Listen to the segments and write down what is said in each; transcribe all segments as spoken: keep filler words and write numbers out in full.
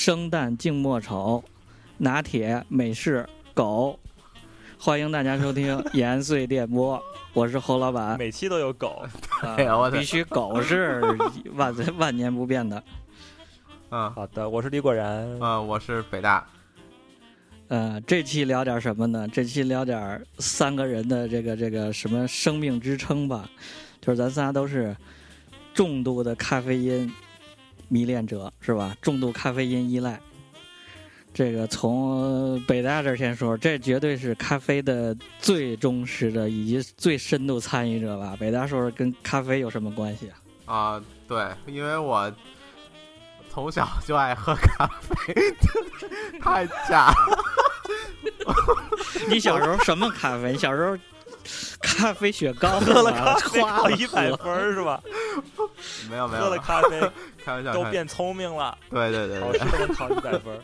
生蛋静默丑，拿铁美式狗。欢迎大家收听延绥电波，我是侯老板。 每期都有狗， 呃啊、必须狗是万万年不变的。 嗯，好的，我是李果然， 嗯，我是北大。 呃，这期聊点什么呢？这期聊点三个人的这个这个什么生命支撑吧，就是咱仨都是重度的咖啡因迷恋者，是吧？重度咖啡因依赖。这个从北大这儿先说，这绝对是咖啡的最忠实的以及最深度参与者吧。北大说说跟咖啡有什么关系啊？ 啊、呃，对，因为我从小就爱喝咖啡，太假了。 你小时候什么咖啡？你小时候咖啡雪糕喝了咖啡花一百分是吧？ 没有没有， 喝了咖啡开玩笑都变聪明了。 对对对对， 考试都能考一百分。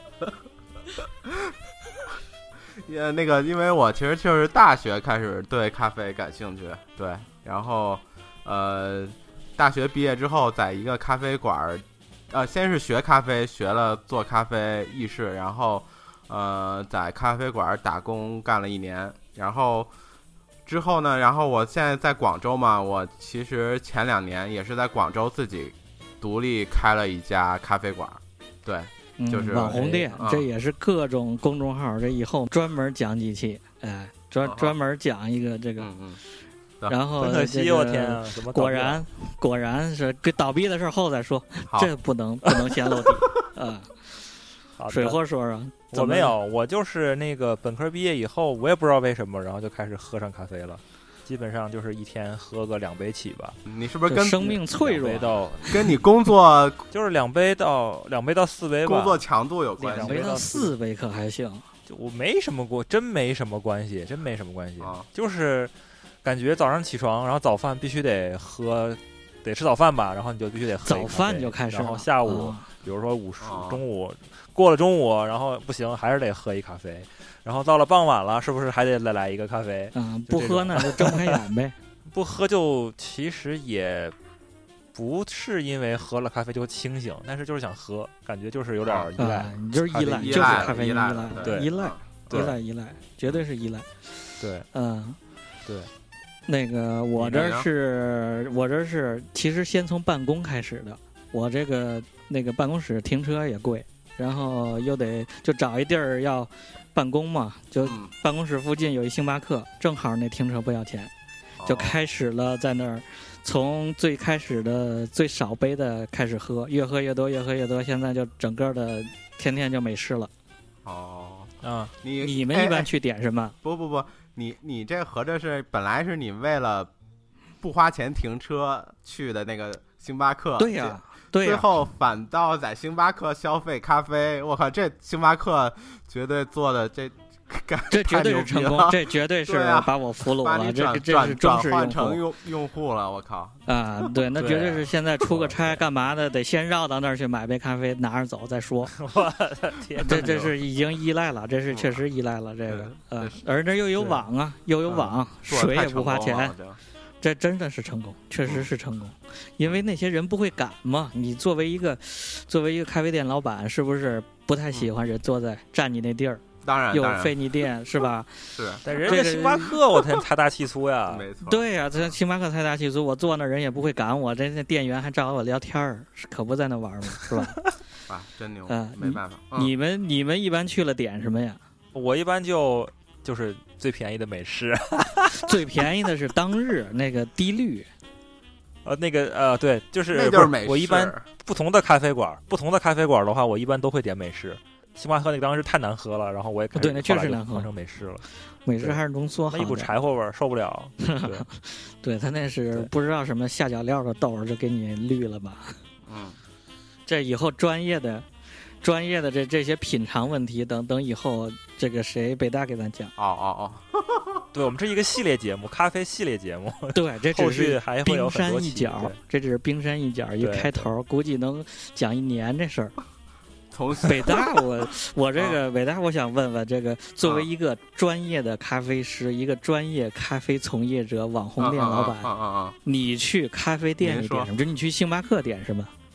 也那个，因为我其实就是大学开始对咖啡感兴趣，对，然后呃，大学毕业之后，在一个咖啡馆，呃，先是学咖啡，学了做咖啡意式，然后呃，在咖啡馆打工干了一年，然后之后呢，然后我现在在广州嘛，我其实前两年也是在广州自己独立开了一家咖啡馆，对。就是嗯、网红店、 哎， 这也是各种公众号，这以后专门讲几期，哎，专、哦、专门讲一个这个， 嗯嗯、然后很可惜，我天啊，怎么果然果然是倒闭的事后再说，这不能不能先露底啊。水货说说， 我没有，我就是那个本科毕业以后，我也不知道为什么，然后就开始喝上咖啡了。基本上就是一天喝个两杯起吧。 你是不是跟生命脆弱到跟你工作就是两杯到两杯到四杯吧？ 工作强度有关系。 两杯到四杯可还行？ 就我没什么过，真没什么关系，真没什么关系。 啊、 就是感觉早上起床，然后早饭必须得喝，得吃早饭吧，然后你就必须得喝早饭就开始， 然后下午、 啊、 比如说午时、 啊、 中午过了中午，然后不行，还是得喝一咖啡。然后到了傍晚了，是不是还得再来一个咖啡？ 嗯，不喝呢就睁不开眼呗。 不喝就其实也不是因为喝了咖啡就清醒，但是就是想喝，感觉就是有点依赖。 啊、你就是依赖， 依赖就是咖啡因依赖， 对， 依赖，依赖，依赖，绝对是依赖。 对， 嗯， 对。 那个我这是，我这是，其实先从办公开始的。我这个那个办公室停车也贵，然后又得就找一地儿要办公嘛，就办公室附近有一星巴克，正好那停车不要钱。就开始了，在那儿，从最开始的最少杯的开始喝，越喝越多，越喝越多，现在就整个的天天就美式了。 哦， 啊， 你你们一般去点什么？ 哎、不不不，你你这合着是本来是你为了不花钱停车去的那个星巴克， 对呀、啊，对呀、啊， 最后反倒在星巴克消费咖啡，我靠，这星巴克绝对做的这。 这绝对是成功，这绝对是把我俘虏了， 啊、 这这是忠实用户用用户了，我靠！ 啊，对，那绝对是现在出个差干嘛的，得先绕到那儿去买杯咖啡，拿着走再说。 我的天， 这这是已经依赖了，这是确实依赖了这个，呃，而这又有网啊，又有网，水也不花钱，这真的是成功，确实是成功。因为那些人不会赶嘛，你作为一个作为一个咖啡店老板，是不是不太喜欢人坐在占你那地儿？ 当然， 有费你店是吧？ 是， 但人家星巴克我才财大气粗呀。 没错。 对呀、啊，这星巴克财大气粗，我坐那人也不会赶我，这那店员还找我聊天儿，可不在那玩嘛，是吧？ 啊，真牛！ 嗯、呃， 没办法。嗯、 你们你们一般去了点什么呀？ 我一般就就是最便宜的美式， 最便宜的是当日那个低滤。 呃，那个呃，对，就是那就是美式。 我一般不同的咖啡馆，不同的咖啡馆的话，我一般都会点美式。星巴克那个当时太难喝了，然后我也对，那确实难喝， 换成美式了。 美式还是浓缩好， 那一股柴火味儿受不了。对， 对他那是不知道什么下脚料的豆就给你滤了吧？ 嗯， 这以后专业的、专业的这这些品尝问题，等等以后这个谁北大给咱讲。 哦哦哦，对我们这一个系列节目，咖啡系列节目。 对，这只是还会有冰山一角，这只是冰山一角，一开头，估计能讲一年这事儿。北大我我这个北大我想问问这个作为一个专业的咖啡师，一个专业咖啡从业者，网红店老板，你去咖啡店里点什么？就你去星巴克点什么？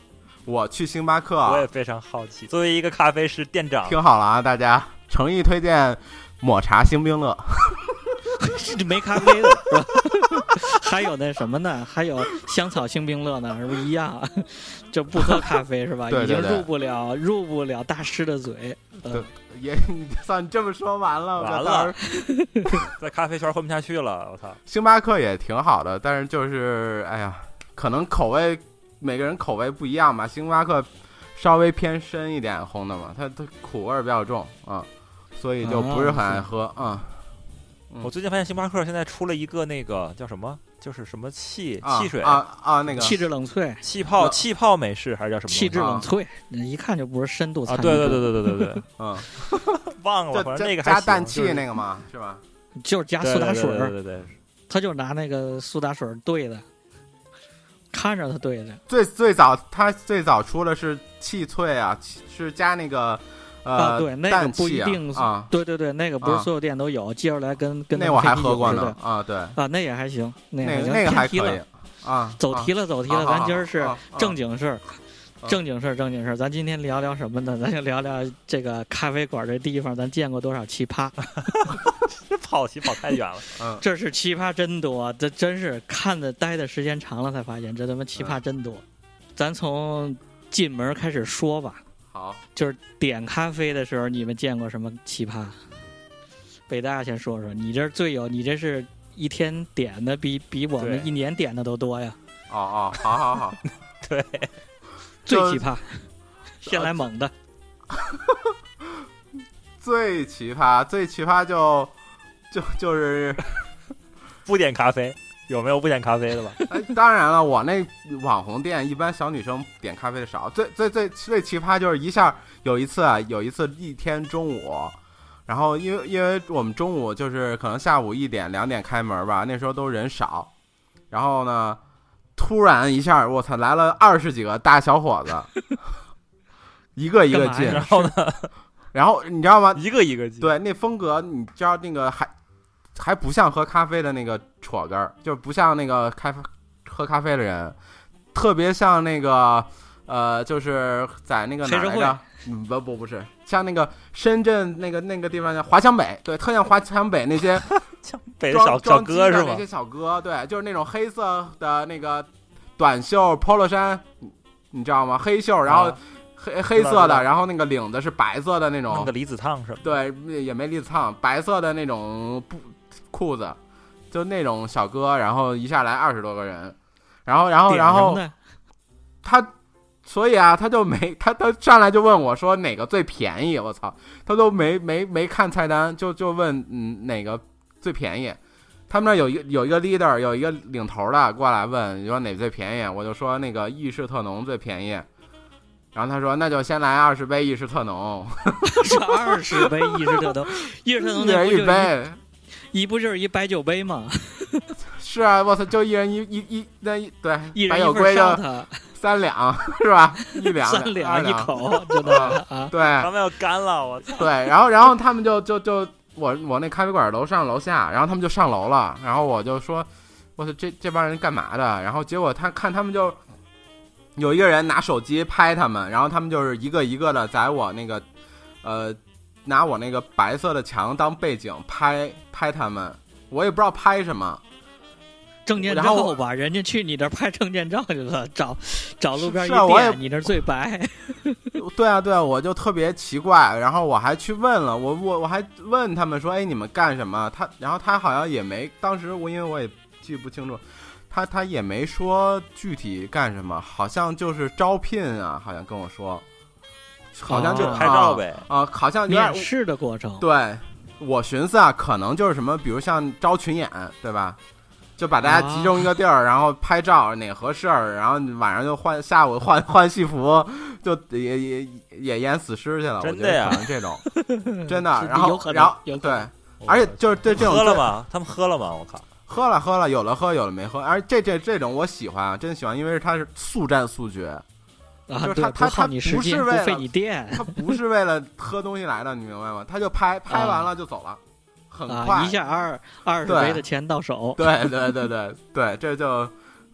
我去星巴克， 我也非常好奇。作为一个咖啡师店长， 听好了啊，大家诚意推荐抹茶星冰乐。 这没咖啡的是吧？还有那什么呢？还有香草星冰乐呢，是不是一样？这不喝咖啡是吧？ 对对对已经入不了入不了大师的嘴。 对，呃、也你算你这么说完了， 完了，在咖啡圈混不下去了，我操！ 星巴克也挺好的，但是就是哎呀，可能口味每个人口味不一样吧。星巴克稍微偏深一点烘的嘛，它它苦味比较重啊、嗯，所以就不是很爱喝啊。哦嗯、我最近发现星巴克现在出了一个那个叫什么，就是什么气、 啊、 汽水啊啊那个气质冷萃、 气泡、气泡美式还是叫什么？ 气质冷萃，一看就不是深度参与。 啊，对对对对对对对， 嗯， 忘了，反正那个还加氮气那个嘛，是吧？ 就是加苏打水， 对对对对， 他就拿那个苏打水兑的，看着他兑的。 最最早他最早出的是气萃啊，是加那个。呃、 啊，对，那个不一定啊， 对对对，那个不是所有店都有。啊、接着来跟跟那我还喝过呢啊，对啊，那也还行，那那个那个还可以啊， 走题了走题了，咱今儿是正经事儿， 啊、 正经事儿正经事儿，咱今天聊聊什么呢？咱就聊聊这个咖啡馆这地方，咱见过多少奇葩？ 这跑题跑太远了， 嗯， 这是奇葩真多，这真是看的待的时间长了才发现，这他妈奇葩真多。嗯、咱从进门开始说吧。 好， 就是点咖啡的时候，你们见过什么奇葩？北大先说说，你这最有，你这是一天点的比比我们一年点的都多呀。 哦哦，好好好， 对， 最奇葩，先来猛的。 最奇葩，最奇葩就就就是不点咖啡。有没有不点咖啡的吧？ 哎，当然了，我那网红店一般小女生点咖啡的少。最最最最奇葩就是一下有一次啊，有一次一天中午，然后因为因为我们中午就是可能下午一点两点开门吧，那时候都人少，然后呢，突然一下我操来了二十几个大小伙子，一个一个进， 然后呢， 然后你知道吗？ 一个一个进， 对，那风格你知道那个还。还不像喝咖啡的那个戳根儿，就不像那个开喝咖啡的人，特别像那个呃，就是在那个哪来着？嗯，不不不是，像那个深圳那个那个地方叫华强北，对，特像华强北那些强北的小小哥是吗？ 那些小哥，对，就是那种黑色的那个短袖 polo 衫，你知道吗？黑袖，然后。啊黑黑色的，然后那个领子是白色的那种， 那个离子烫是吧？ 对，也没离子烫，白色的那种布裤子，就那种小哥，然后一下来二十多个人，然后然后然后他，所以啊，他就没他他上来就问我说哪个最便宜，我操，他都没没没看菜单，就就问嗯哪个最便宜。他们那有一个有一个 leader 有一个领头的过来问，你说哪最便宜？我就说那个意式特浓最便宜。然后他说：“那就先来二十杯意式特浓。” 是二十杯意式特浓，意式特浓那一人一杯， 一不就是一白酒杯吗？ 是啊，我操，就一人一一一那一对， 一人一份上它三两是吧？一两三两两一口，真的啊！ 对， 他们要干了，我操！ 对，然后然后他们就就就我我那咖啡馆楼上楼下，然后他们就上楼了，然后我就说：“我操，这这帮人干嘛的？”然后结果他看他们就。有一个人拿手机拍他们，然后他们就是一个一个的在我那个，呃，拿我那个白色的墙当背景拍拍他们，我也不知道拍什么。 证件照吧，人家去你这拍证件照去了，找找路边一店， 店，你这最白。 对啊，对啊，我就特别奇怪，然后我还去问了，我我我还问他们说，哎，你们干什么？他然后他好像也没，当时我因为我也记不清楚。他他也没说具体干什么，好像就是招聘啊，好像跟我说，好像就、 哦、拍照呗啊、呃，好像面试的过程。 对，我寻思啊，可能就是什么，比如像招群演，对吧？就把大家集中一个地儿，啊、然后拍照哪合适，然后晚上就换，下午换换戏服，就也也也演死尸去了。 真的呀， 可能这种真的。然后然后对，而且就是对这种喝了吗？他们喝了吗？我靠！ 喝了喝了，有了喝，有了没喝。而这这这种我喜欢啊，真喜欢，因为它是速战速决， 啊、 就是他他他不是为了费你电， 他不是为了喝东西来的，你明白吗？他就拍拍完了就走了，啊、很快， 啊、一下二二十杯的钱到手。 对对对对对，这就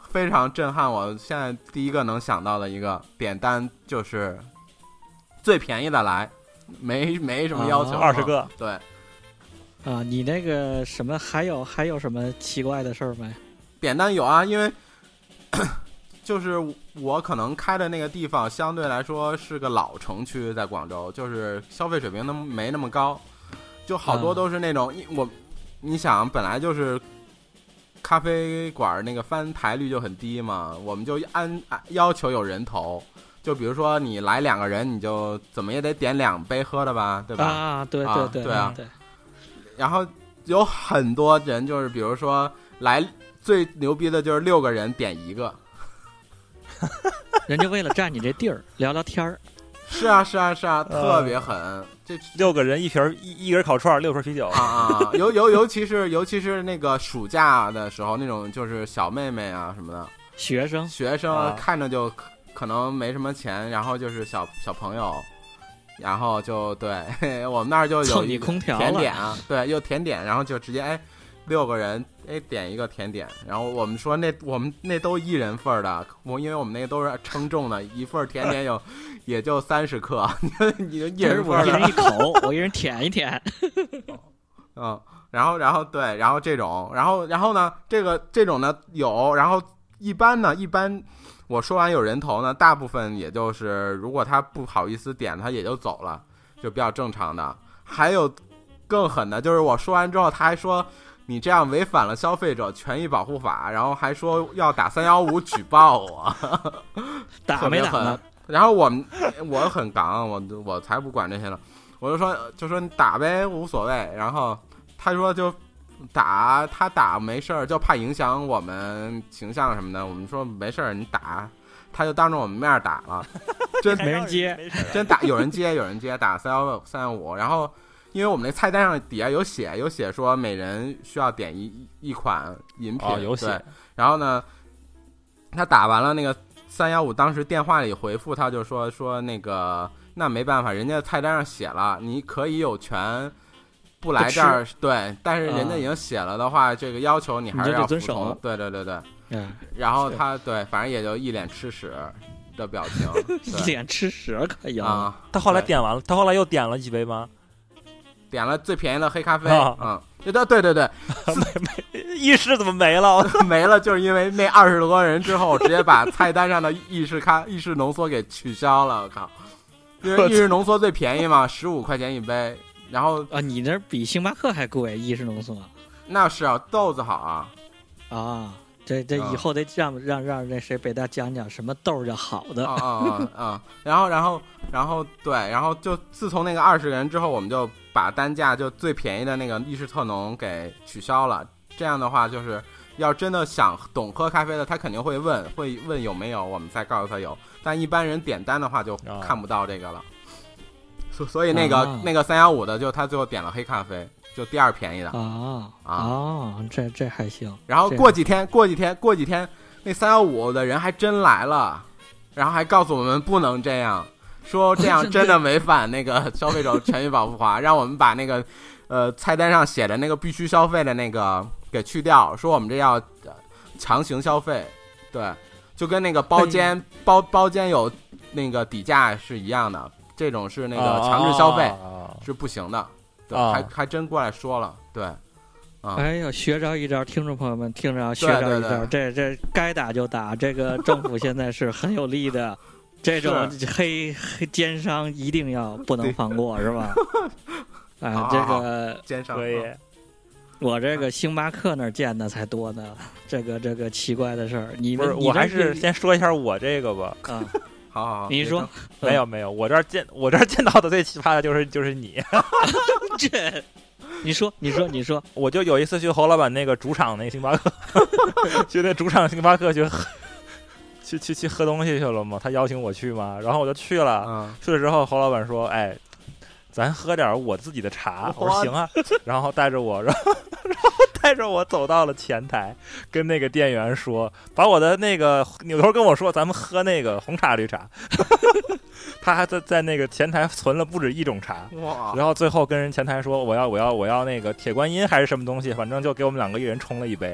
非常震撼我，现在第一个能想到的一个点单就是最便宜的来，没没什么要求， 二十个。 对啊，你那个什么还有还有什么奇怪的事儿没？ 点单有啊，因为就是我可能开的那个地方相对来说是个老城区，在广州，就是消费水平那么没那么高，就好多都是那种、嗯、我你想本来就是咖啡馆那个翻台率就很低嘛，我们就按要求有人头，就比如说你来两个人，你就怎么也得点两杯喝的吧，对吧？ 啊，对对对、 啊、对啊对。 然后有很多人就是比如说来最牛逼的就是六个人点一个， 人家为了占你这地儿聊聊天儿。 是啊是啊是啊，特别狠。呃、这六个人一瓶一一根烤串，六瓶啤酒啊啊！尤尤尤其是尤其是那个暑假的时候，那种就是小妹妹啊什么的， 学生学生、 啊、 看着就可能没什么钱，然后就是小小朋友。然后就对我们那儿就有一空调甜点啊，对，又甜点，然后就直接哎六个人哎点一个甜点，然后我们说那我们那都一人份的，我因为我们那个都是称重的，一份甜点有也就三十克，你就一人份， 我一人一口，我一人舔一舔， 嗯，然后然后对，然后这种，然后然后呢，这个这种呢有，然后一般呢一般。我说完有人头呢，大部分也就是如果他不好意思点，他也就走了，就比较正常的。还有更狠的，就是我说完之后，他还说你这样违反了消费者权益保护法，然后还说要打三幺五举报我， 打没打呢？ 然后我们我很刚，我我才不管这些了，我就说就说你打呗，无所谓。然后他说就。打他打没事儿，就怕影响我们形象什么的。我们说没事儿，你打，他就当着我们面打了，真没人接， 真打有人接，有人接打三幺三幺五。然后因为我们那菜单上底下有写，有写说每人需要点一一款饮品， 哦、有写。 对，然后呢，他打完了那个三幺五，当时电话里回复他就说说那个那没办法，人家菜单上写了，你可以有权。不来这儿对，但是人家已经写了的话，啊、这个要求你还是要服从。对对对对， 嗯。 然后他对，反正也就一脸吃屎的表情， 一脸吃屎可以啊。 他后来点完了，他后来又点了几杯吗？ 点了最便宜的黑咖啡， 啊、 嗯，对对对对， 没没意式怎么没了？ 没了，就是因为那二十多个人之后，直接把菜单上的意式咖意式浓缩给取消了。我靠，因为意式浓缩最便宜嘛，十五块钱一杯。然后啊，你那比星巴克还贵，意式浓缩。 那是啊，豆子好啊。 啊，这这以后得让、嗯、让让那谁北大讲讲什么豆叫好的。 啊啊啊啊！然后然后然后对，然后就自从那个二十个人之后，我们就把单价就最便宜的那个意式特浓给取消了。这样的话，就是要真的想懂喝咖啡的，他肯定会问，会问有没有，我们再告诉他有。但一般人点单的话，就看不到这个了。啊所以那个、啊、那个三幺五的，就他最后点了黑咖啡，就第二便宜的啊啊哦，这这还行。 然后过几天，过几天，过几天，那三幺五的人还真来了，然后还告诉我们不能这样，说这样真的违反那个消费者权益保护法，让我们把那个呃菜单上写的那个必须消费的那个给去掉，说我们这要、呃、强行消费，对，就跟那个包间包包间有那个底价是一样的。这种是那个强制消费、啊、是不行的，对，啊、还还真过来说了，对，啊、 哎呦，学着一招，听众朋友们听着，学着一招，这这该打就打，这个政府现在是很有力的，这种黑黑奸商一定要不能放过，是吧？哎， 好好好这个奸商可以， 我这个星巴克那儿见的才多呢，这个这个奇怪的事儿，你们我还是先说一下我这个吧， 啊。 好好好， 你说没有没有，我这儿见我这儿见到的最奇葩的就是就是你， 这你说你说你说， 我就有一次去侯老板那个主场那个星巴克，去那主场星巴克去去去去喝东西去了嘛，他邀请我去嘛，然后我就去了， 嗯、 去了之后侯老板说，哎，咱喝点我自己的茶，我说行啊，然后带着我，然后然后带着我走到了前台，跟那个店员说，把我的那个扭头跟我说，咱们喝那个红茶绿茶。他还在在那个前台存了不止一种茶，然后最后跟人前台说，我要我要我要那个铁观音还是什么东西，反正就给我们两个一人冲了一杯，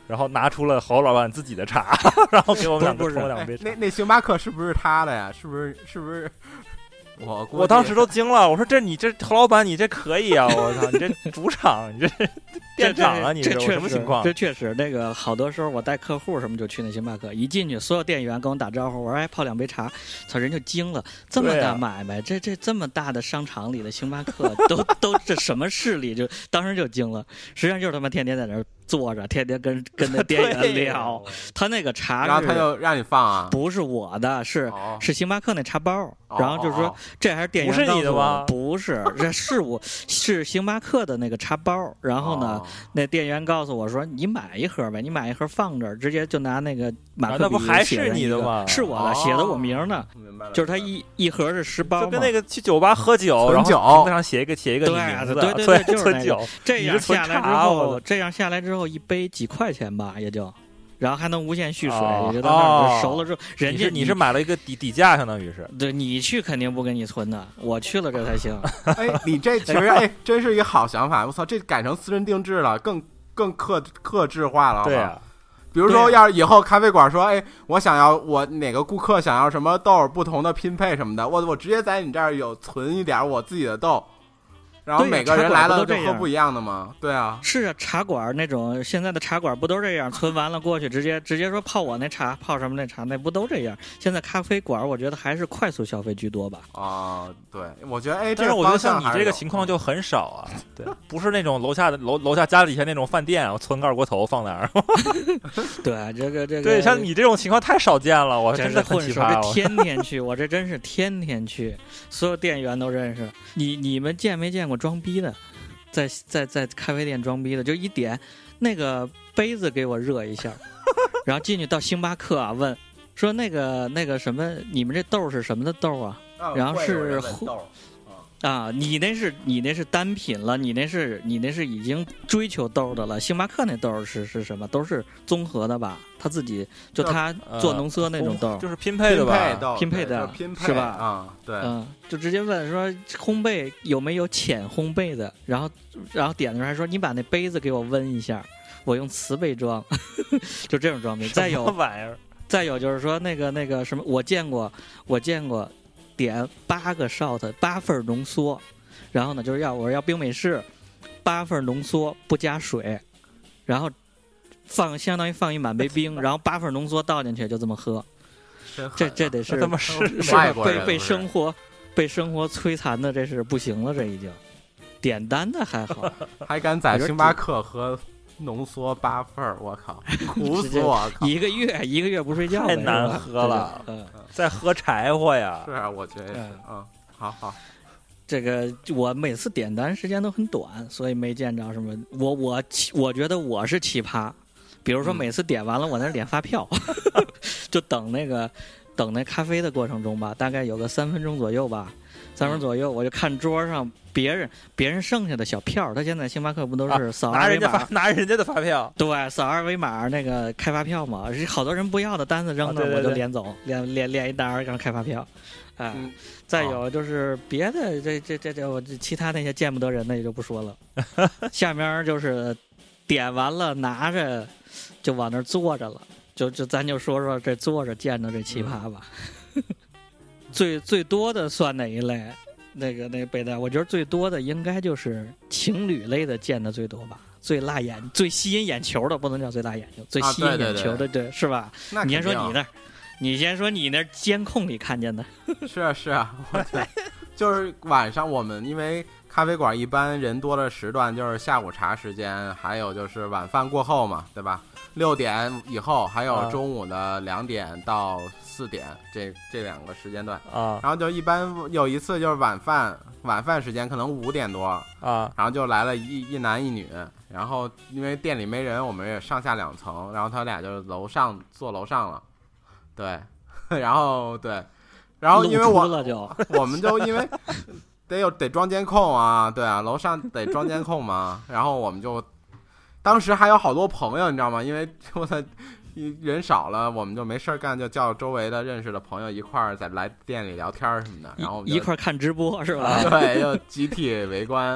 然后拿出了侯老板自己的茶，然后给我们两个冲了两杯茶。 那那星巴克是不是他的呀？是不是？是不是？我我当时都惊了，我说这你这侯老板你这可以啊！我操，你这主场，你这店长啊，你这什么情况？ 这确实，那个好多时候我带客户什么就去那星巴克，一进去所有店员跟我打招呼，我说哎泡两杯茶，操人就惊了，这么大买卖，啊、这这这么大的商场里的星巴克都都这什么势力？就当时就惊了，实际上就是他妈天天在那儿坐着，天天跟跟那店员聊，他那个茶， 然后他就让你放啊， 不是我的，是、哦、是星巴克那茶包， 哦、 然后就是说。这还是店员告诉我，不是你的吗？ 不是，这是我是星巴克的那个茶包。然后呢， 哦、 那店员告诉我说：“你买一盒呗，你买一盒放这儿，直接就拿那个马克笔写、啊、那不还是你的吗？ 是我的， 哦、 写的我名呢。就是他一一盒是十包， 就跟那个去酒吧喝酒， 然后瓶子上写一个写一个你名字， 对对对，就是存酒。 这样下来之后，这样下来之后，一杯几块钱吧，也就。”然后还能无限续水， 哦、 也就到那儿熟了之后， 哦、 人家你, 你是买了一个底底价，相当于是。 对你去肯定不给你存的，我去了这才行。 哎，你这其实哎，真是一个好想法。我操，这改成私人定制了，更更克克制化了。 对啊。 比如说，要是以后咖啡馆说，哎，我想要我哪个顾客想要什么豆不同的拼配什么的，我我直接在你这儿有存一点我自己的豆。然后每个人来了就喝不一样的吗？对啊， 是啊，茶馆那种现在的茶馆不都这样？存完了过去直接直接说泡我那茶，泡什么那茶，那不都这样？现在咖啡馆我觉得还是快速消费居多吧。 啊、呃，对，我觉得哎， 但是我觉得像你这个情况就很少啊。对，不是那种楼下的楼楼下家底下那种饭店，我存个二锅头放那儿。 对，这个这个， 对，像你这种情况太少见了，我真的很奇葩。 这天天去，我这真是天天去，所有店员都认识。你你们见没见过装逼的？在在在咖啡店装逼的，就一点那个杯子给我热一下，然后进去到星巴克啊，问说那个那个什么，你们这豆是什么的豆啊？然后是啊，你那是你那是单品了，你那是你那是已经追求豆的了。星巴克那豆是是什么？都是综合的吧？他自己就他做浓缩那种豆， 呃、就是拼配的吧？ 拼配的， 拼配是吧？ 啊，对， 嗯，就直接问说烘焙有没有浅烘焙的，然后然后点的时候还说你把那杯子给我温一下，我用瓷杯装，就这种装备。再有玩意儿， 再有就是说那个那个什么，我见过，我见过。点八个 shot 八份浓缩，然后呢就是要我要冰美式，八份浓缩不加水，然后放相当于放一满杯冰，然后八份浓缩倒进去就这么喝，这这得是他妈是是被被生活被生活摧残的，这是不行了，这已经点单的还好， 还敢在星巴克喝浓缩八份儿，我靠，苦死我！ 一个月一个月不睡觉， 太难喝了。 嗯， 在喝柴火呀。 是啊，我觉得是。嗯，好好。 这个我每次点单时间都很短，所以没见着什么。我我我觉得我是奇葩，比如说每次点完了，我在那点发票，嗯、就等那个等那咖啡的过程中吧，大概有个三分钟左右吧。三分左右，我就看桌上别人别人剩下的小票，他现在星巴克不都是扫二维码、 啊、拿人家发拿人家的发票？ 对，扫二维码那个开发票嘛，好多人不要的单子扔那、啊、我就连走，连连连一单然后开发票。哎、嗯，再有就是别的这这这这我这其他那些见不得人的也就不说了。下面就是点完了拿着就往那儿坐着了，就就咱就说说这坐着见着这奇葩吧。嗯最最多的算哪一类？那个那个北大，我觉得最多的应该就是情侣类的见的最多吧，最辣眼、最吸引眼球的，不能叫最辣眼睛，最吸引眼球的，啊、对, 对, 对, 对是吧？你先说你那儿，你先说你那监控里看见的。 是啊是啊，我就是晚上我们因为咖啡馆一般人多的时段就是下午茶时间，还有就是晚饭过后嘛，对吧？六点以后，还有中午的两点到四点，啊、这这两个时间段啊。 然后就一般有一次就是晚饭，晚饭时间可能五点多啊， 然后就来了一一男一女，然后因为店里没人，我们也上下两层，然后他俩就楼上坐楼上了，对，然后对，然后因为我我们就因为得有得装监控啊，对啊，楼上得装监控嘛，然后我们就。当时还有好多朋友，你知道吗？因为我的人少了，我们就没事干，就叫周围的认识的朋友一块儿在来店里聊天什么的，然后一块儿看直播是吧？ 对，就集体围观。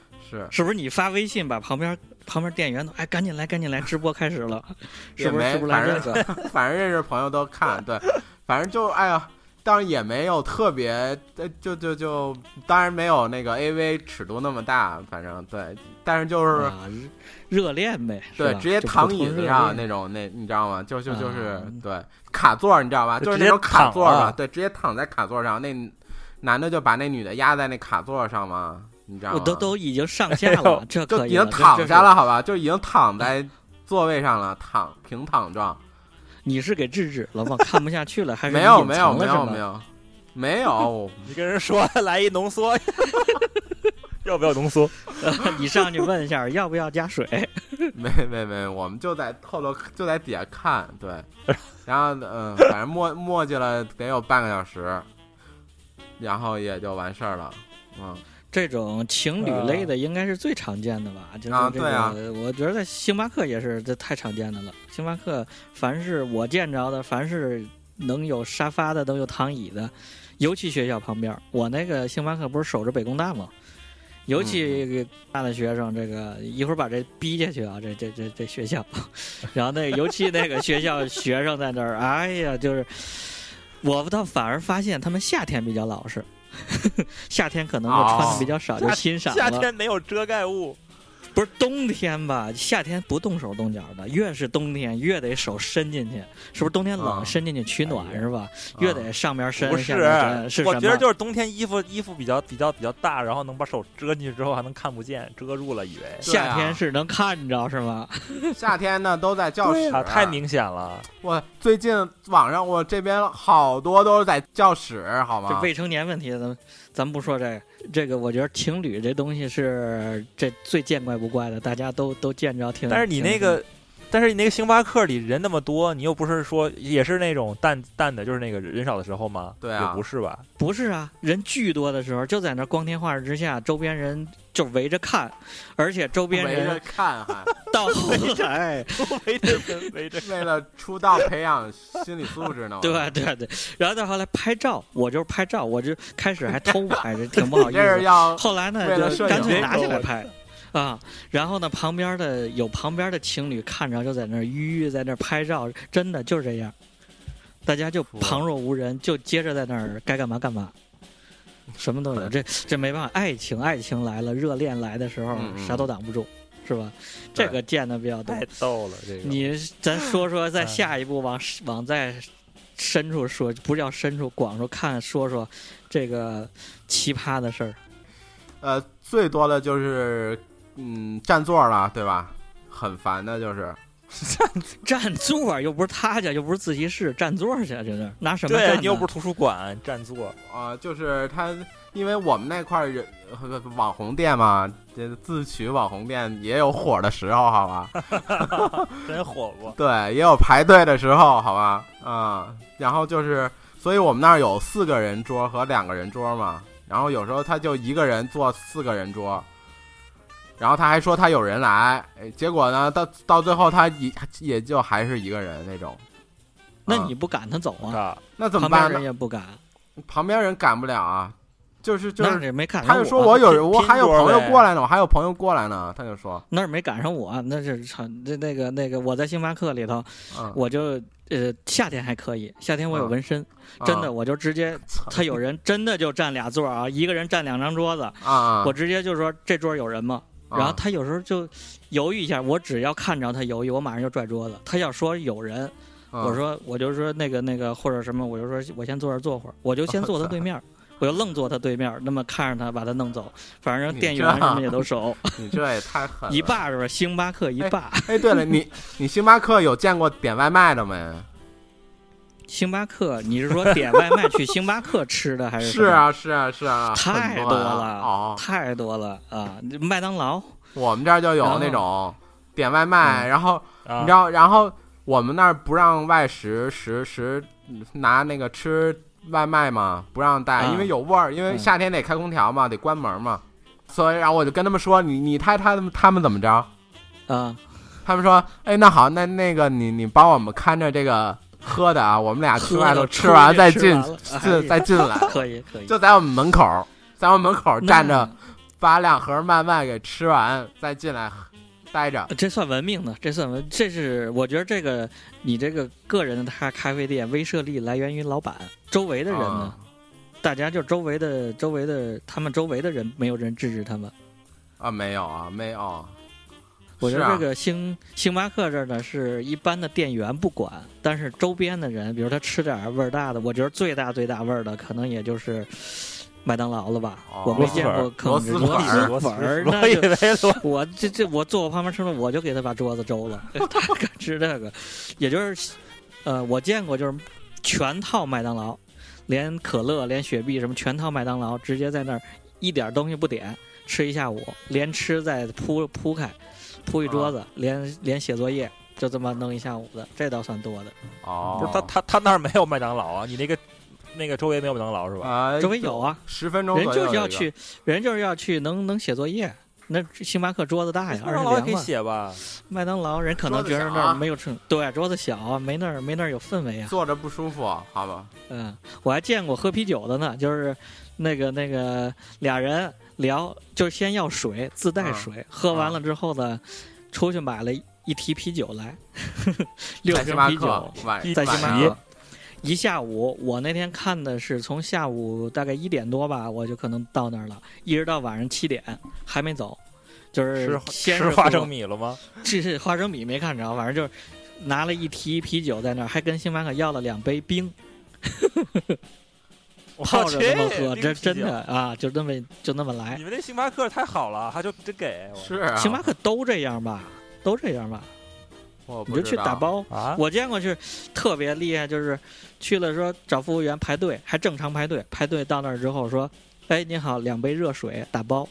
是是不是你发微信把旁边旁边店员都哎赶紧来赶紧来直播开始了，是不是是不是来这个？ 反正认识朋友都看，对，反正就哎呀。当然也没有特别，呃，就就就，当然没有那个 A V 尺度那么大，反正对，但是就是、 啊、热恋呗， 对，直接躺椅子上那种，那你知道吗？就就就是、嗯、对卡座，你知道吧？就是那种卡座嘛，对，直接躺在卡座上，那男的就把那女的压在那卡座上嘛，你知道吗？ 我都都已经上下了，这可以就已经躺下了，好吧？就已经躺在座位上了，躺平躺状。 你是给制止了吗？看不下去了还是没有没有没有没有没有？ 你跟人说来一浓缩，要不要浓缩？ 你上去问一下要不要加水？ 没没没，我们就在后头就在底下看，对，然后嗯，反正磨磨叽了得有半个小时，然后也就完事儿了，嗯。 这种情侣类的应该是最常见的吧？就是这个， 啊我觉得在星巴克也是，这太常见的了。星巴克凡是我见着的，凡是能有沙发的，能有躺椅的，尤其学校旁边，我那个星巴克不是守着北工大吗？尤其大的学生，这个一会儿把这逼下去啊，这这这这学校，然后那个尤其那个学校学生在那儿，哎呀，就是我倒反而发现他们夏天比较老实。夏天可能就穿的比较少，哦、就欣赏了。 夏天没有遮盖物， 不是冬天吧？夏天不动手动脚的，越是冬天越得手伸进去，是不是？冬天冷，伸进去取暖、 啊、 是吧？越得上面伸。 不是，是我觉得就是冬天衣服衣服比较比较比较大，然后能把手遮进去之后还能看不见，遮住了，以为夏天是能看着是吗？ 夏天呢都在教室、 啊，太明显了。 我最近网上我这边好多都是在教室，好吗？ 这未成年问题，咱们咱们不说这个。这个我觉得情侣这东西是这最见怪不怪的，大家都都见着挺。 但是你那个，但是你那个星巴克里人那么多，你又不是说也是那种淡淡的，就是那个人少的时候吗？ 对啊， 也不是吧？ 不是啊，人巨多的时候，就在那光天化日之下，周边人就围着看，而且周边人围着看还到后来围着围着， 为了出道培养心理素质呢。 对对对，然后到后来拍照，我就是拍照，我就开始还偷拍，这挺不好意思。 这是要后来呢，就干脆拿起来拍。啊，然后呢，旁边的有旁边的情侣看着就在那儿吁，在那儿拍照，真的就是这样，大家就旁若无人，就接着在那儿该干嘛干嘛，什么都有。这这没办法，爱情爱情来了，热恋来的时候， 嗯嗯啥都挡不住，是吧？这个见的比较多。 太逗了，这个。 你咱说说，在下一步往往再深处说，不是要深处广处看，说说这个奇葩的事儿。 呃，最多的就是嗯占座了，对吧？很烦的就是占座，又不是他家，又不是自习室，占座去，这是拿什么？ 对，你又不是图书馆，占座啊、呃，就是他，因为我们那块人网红店嘛，这自诩网红店也有火的时候，好吧？ 真火过。 对，也有排队的时候，好吧？啊、嗯，然后就是，所以我们那儿有四个人桌和两个人桌嘛，然后有时候他就一个人坐四个人桌。然后他还说他有人来，结果呢，到到最后他也也就还是一个人那种。 那你不赶他走啊？ 那怎么办呢？ 旁边人也不赶， 旁边人赶不了啊。就是就是， 没赶上他就说我有人，我还有朋友过来呢，我还有朋友过来呢。他就说那是没赶上我，那是那那个那个我在星巴克里头， 嗯、 我就呃夏天还可以，夏天我有纹身， 嗯、 真的我就直接他有人真的就占俩座啊，一个人占两张桌子啊， 我直接就说这桌有人吗？然后他有时候就犹豫一下，我只要看着他犹豫，我马上就拽桌子。他要说有人， 嗯、 我说我就说那个那个或者什么，我就说我先坐这坐会儿，我就先坐他对面，我就愣坐他对面，那么看着他把他弄走，反正店员什么也都熟。 你这也太狠了， 一霸是吧？星巴克一霸。 哎，哎对了，你你星巴克有见过点外卖的没？ 星巴克，你是说点外卖去星巴克吃的还是？ 是啊，是啊，是啊， 太多了， 哦， 太多了啊！麦当劳， 我们这儿就有那种点外卖， 嗯、 然后、 啊、 你知道，然后我们那儿不让外食食食拿那个吃外卖嘛，不让带， 啊、 因为有味儿，因为夏天得开空调嘛，嗯、得关门嘛，所以然后我就跟他们说，你你猜他们他们怎么着？ 啊， 他们说，哎，那好，那那个你你帮我们看着这个。喝的啊，我们俩去外头吃完再进，进再进来， 可以可以， 就在我们门口，在我们门口站着把两盒慢慢给吃完，再进来待着。 这算文明的，这算文，这是我觉得这个你这个个人的咖咖啡店威慑力来源于老板，周围的人呢， 嗯、 大家就周围的周围的他们周围的人没有人制止他们啊，没有啊，没有。 我觉得这个星、啊、星巴克这儿呢是一般的店员不管，但是周边的人，比如他吃点味儿大的，我觉得最大最大味儿的可能也就是麦当劳了吧。 哦、 我没见过螺蛳粉，螺蛳粉儿，那就我这这我坐我旁边吃了，我就给他把桌子周了。他敢吃这个，也就是呃，我见过就是全套麦当劳，连可乐、连雪碧什么全套麦当劳，直接在那儿一点东西不点吃一下午，连吃再铺铺开。铺一桌子，啊、连连写作业，就这么弄一下午的，这倒算多的。 哦， 不是他他他那儿没有麦当劳啊？你那个那个周围没有麦当劳是吧？ 啊， 周围有啊， 十分钟人就是要去，人就是要去能能写作业。那星巴克桌子大呀， 麦当劳可以写吧？ 麦当劳人可能觉得那儿没有吃，对，桌子小啊，没那儿没那儿有氛围啊， 坐着不舒服，好吧？ 嗯，我还见过喝啤酒的呢，就是那个那个俩人。聊就是先要水，自带水，嗯、喝完了之后呢，嗯、出去买了一提啤酒来，六瓶啤酒，在星巴克一下午。我那天看的是从下午大概一点多吧，我就可能到那儿了，一直到晚上七点还没走，就是先吃花生米了吗？ 这是花生米没看着，反正就是拿了一提啤酒在那儿，还跟星巴克要了两杯冰。泡着那么喝，这真的啊，就那么就那么来。 你们那星巴克太好了，他就真给。 是啊， 星巴克都这样吧，都这样吧。你就去打包啊！ 我见过是特别厉害，就是去了说找服务员排队，还正常排队，排队到那儿之后说：“哎，您好，两杯热水打包。”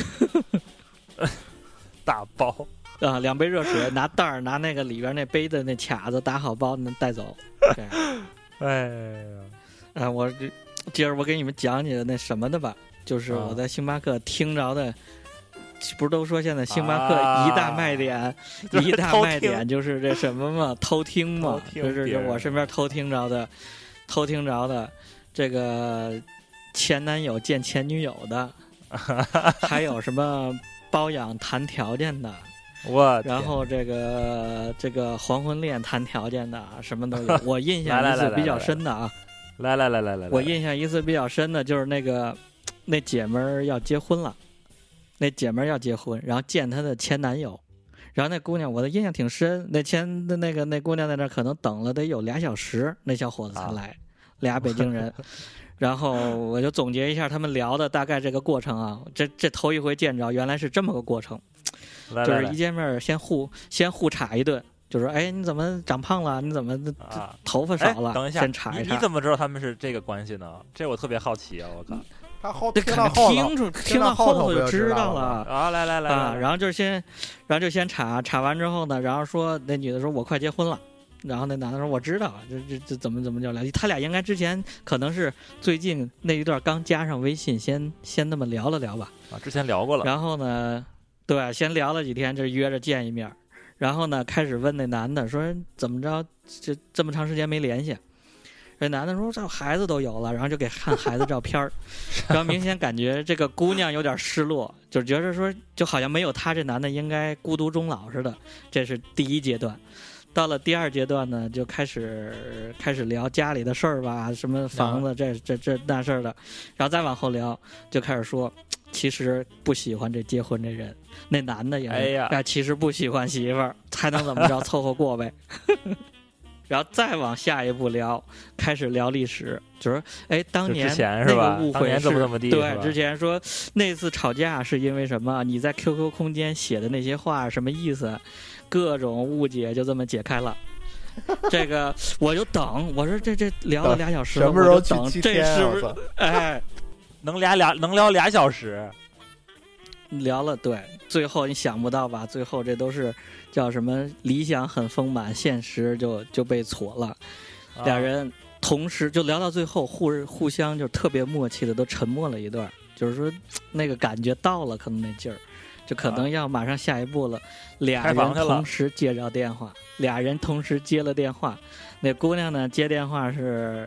打包啊，两杯热水，拿袋儿拿那个里边那杯的那卡子打好包，能带走。 哎呀， 啊，我这。接着我给你们讲解那什么的吧，就是我在星巴克听着的，啊、不是都说现在星巴克一大卖点，啊、一大卖点就是这什么嘛，偷听嘛， 听就是我身边偷听着的，偷听着的，这个前男友见前女友的，还有什么包养谈条件的。 我然后这个这个黄昏恋谈条件的什么都有，我印象一次比较深的啊。 来来来来来， 我印象一次比较深的就是那个那姐们儿要结婚了，那姐们儿要结婚，然后见她的前男友，然后那姑娘我的印象挺深，那前的那个那姑娘在那可能等了得有俩小时，那小伙子才来，啊、俩北京人，然后我就总结一下他们聊的大概这个过程啊，这这头一回见着，原来是这么个过程， 来来来就是一见面先互先互插一顿。就说哎，你怎么长胖了？你怎么、啊、头发少了？ 等一下， 先查一查你。你怎么知道他们是这个关系呢？这我特别好奇啊！我靠， 他后听到后听出听到后头就知道了啊！来来来啊！然后就先，然后就先查查完之后呢，然后说那女的说我快结婚了，然后那男的说我知道，这这这怎么怎么就聊？他俩应该之前可能是最近那一段刚加上微信，先先那么聊了聊吧。 啊，之前聊过了。 然后呢，对，先聊了几天，就约着见一面。然后呢，开始问那男的说怎么着，这这么长时间没联系。这男的说这孩子都有了，然后就给看孩子照片儿，然后明显感觉这个姑娘有点失落，就觉得说就好像没有他这男的应该孤独终老似的。这是第一阶段。到了第二阶段呢，就开始开始聊家里的事儿吧，什么房子这这这那事儿的，然后再往后聊，就开始说。其实不喜欢这结婚这人，那男的也是， 哎呀， 其实不喜欢媳妇儿，还能怎么着凑合过呗。然后再往下一步聊，开始聊历史，就是哎，当年那个误会是， 怎么怎么地， 对，之前说那次吵架是因为什么？你在 Q Q 空间写的那些话什么意思？各种误解就这么解开了。这个我就等，我说这这聊了俩小时了， 什么时候去七天？这是不是？哎。 能俩俩能聊俩小时， 聊了对，最后你想不到吧？最后这都是叫什么？理想很丰满，现实就就被挫了。啊、俩人同时就聊到最后，互互相就特别默契的都沉默了一段，就是说那个感觉到了，可能那劲儿，就可能要马上下一步了。啊、俩人同时接着电话，俩人同时接了电话，那姑娘呢接电话是。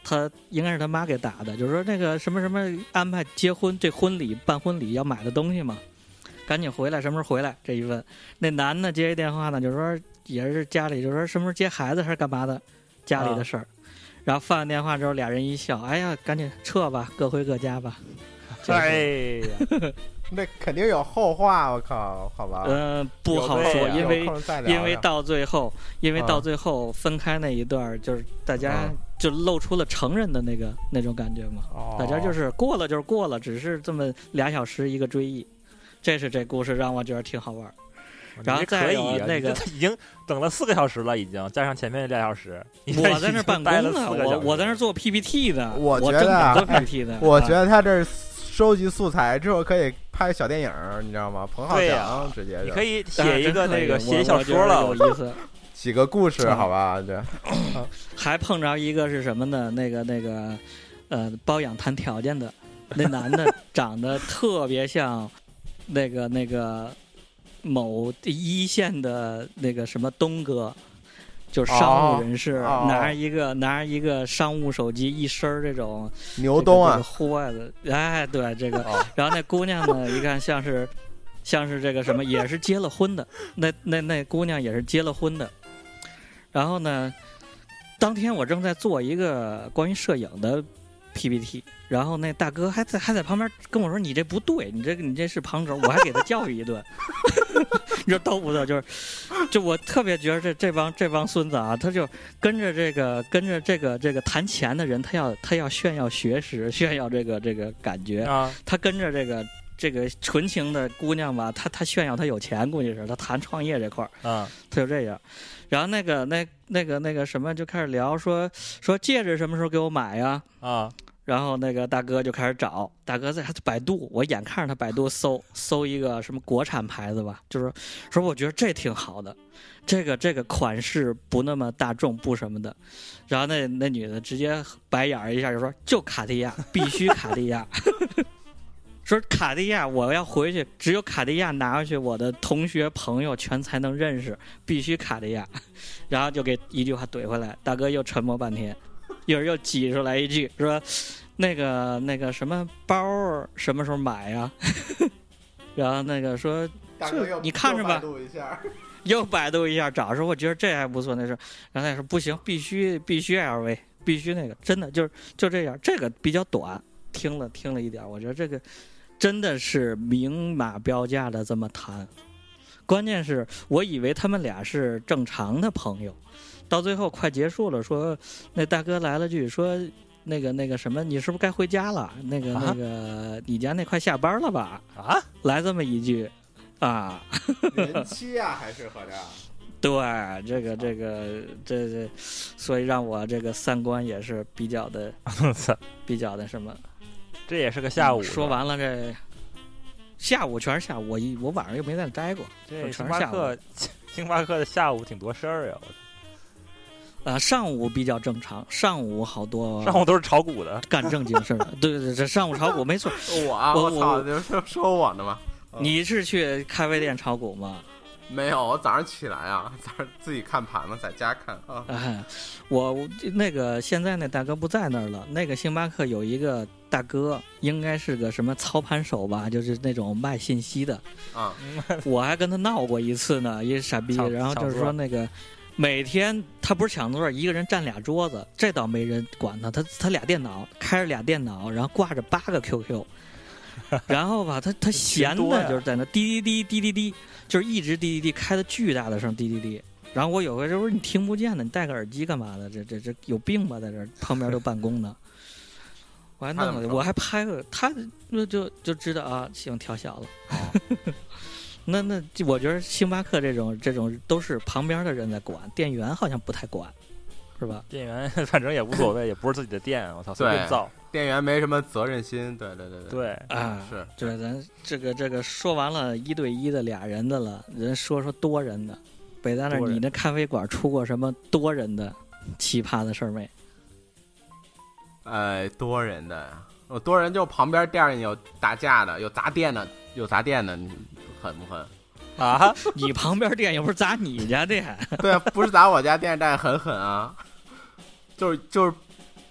他应该是他妈给打的，就是说那个什么什么安排结婚这婚礼办婚礼要买的东西嘛，赶紧回来，什么时候回来？这一问，那男的接一电话呢，就是说也是家里，就是说什么时候接孩子还是干嘛的，家里的事儿。啊、然后放完电话之后，俩人一笑，哎呀，赶紧撤吧，各回各家吧。 哎呀。 那肯定有后话，我靠，好吧？ 嗯、呃，不好说，因为因为到最后，因为到最后分开那一段，就是大家就露出了成人的那个、嗯、那种感觉嘛。哦、大家就是过了就是过了，只是这么俩小时一个追忆，这是这故事让我觉得挺好玩。然后再有那个， 已经等了四个小时了，已经加上前面俩小时。 我在那办公呢，我我在那做 P P T 的， 我觉得啊， 做 P P T 的， 我觉得他这收集素材之后可以拍小电影，你知道吗？彭浩翔直接你可以写一个那个写小说了， 有意思， 写个故事好吧？这还碰着一个是什么呢？那个那个呃，包养谈条件的那男的长得特别像那个那个某一线的那个什么东哥。就是商务人士、哦、拿一个、哦、拿一个商务手机，一身这种牛东啊， 这个、户外的，哎，对这个，哦、然后那姑娘呢，一看像是像是这个什么，也是结了婚的，那那那姑娘也是结了婚的，然后呢，当天我正在做一个关于摄影的 P P T， 然后那大哥还在还在旁边跟我说：“你这不对，你这你这是旁轴。”我还给他教育一顿。你说逗不逗？就是，就我特别觉得这这帮这帮孙子啊，他就跟着这个跟着这个这个谈钱的人，他要他要炫耀学识，炫耀这个这个感觉啊。他跟着这个这个纯情的姑娘吧，他他炫耀他有钱，估计是他谈创业这块儿啊，他就这样。然后那个那那个那个什么就开始聊说说戒指什么时候给我买呀啊。然后那个大哥就开始找，大哥在百度，我眼看着他百度搜搜一个什么国产牌子吧，就是说我觉得这挺好的，这个这个款式不那么大众不什么的，然后那那女的直接白眼一下就说就卡地亚，必须卡地亚，说卡地亚我要回去，只有卡地亚拿回去，我的同学朋友全才能认识，必须卡地亚，然后就给一句话怼回来，大哥又沉默半天。一会儿又挤出来一句说那个那个什么包什么时候买呀、啊、然后那个说你看着吧，又百度一下找说我觉得这还不错，那是然后他说不行，必须必须 L V， 必须那个真的就是就这样，这个比较短，听了听了一点，我觉得这个真的是明码标价的这么谈，关键是我以为他们俩是正常的朋友，到最后快结束了，说那大哥来了句说那个那个什么，你是不是该回家了？那个、啊、那个你家那快下班了吧？啊，来这么一句，啊， 人妻啊，还是合着？ 对，这个这个这这，所以让我这个三观也是比较的比较的什么。 这也是个下午。 说完了这。下午全是下午，我一我晚上又没在那待过， 这全是下午。 星巴克的下午挺多事儿呀。 呃，上午比较正常，上午好多， 上午都是炒股的， 干正经事儿的。对对对，这上午炒股没错。 我啊，我操，就说我呢吗？ 你是去咖啡店炒股吗？ 没有，我早上起来啊，早上自己看盘嘛，在家看啊。 哎，我那个现在那大哥不在那儿了。那个星巴克有一个大哥，应该是个什么操盘手吧，就是那种卖信息的啊。我还跟他闹过一次呢，一傻逼。然后就是说那个每天他不是抢座，一个人占俩桌子，这倒没人管他。他他俩电脑，开着俩电脑，然后挂着八个 Q Q。然后吧，他他闲的就是在那滴滴滴滴滴滴，就是一直滴滴滴开的巨大的声滴滴滴。然后我有回就说你听不见的，你戴个耳机干嘛的？这这这有病吧？在这旁边就办公呢。我还弄了，我还拍个他，就就就知道啊，行调小了。哦、那那我觉得星巴克这种这种都是旁边的人在管，店员好像不太管，是吧？ 店员反正也无所谓，也不是自己的店，我操，随便造。 店员没什么责任心，对对对对对啊， 是对咱这个这个说完了一对一的俩人的了，人说说多人的。北大那你那咖啡馆出过什么多人的奇葩的事儿没？ 呃，多人的，有多人就旁边店里有打架的，有砸店的，有砸店的，你狠不狠？ 啊，你旁边店又不是砸你家店？ 对啊，不是砸我家店，但狠狠啊，就是就是。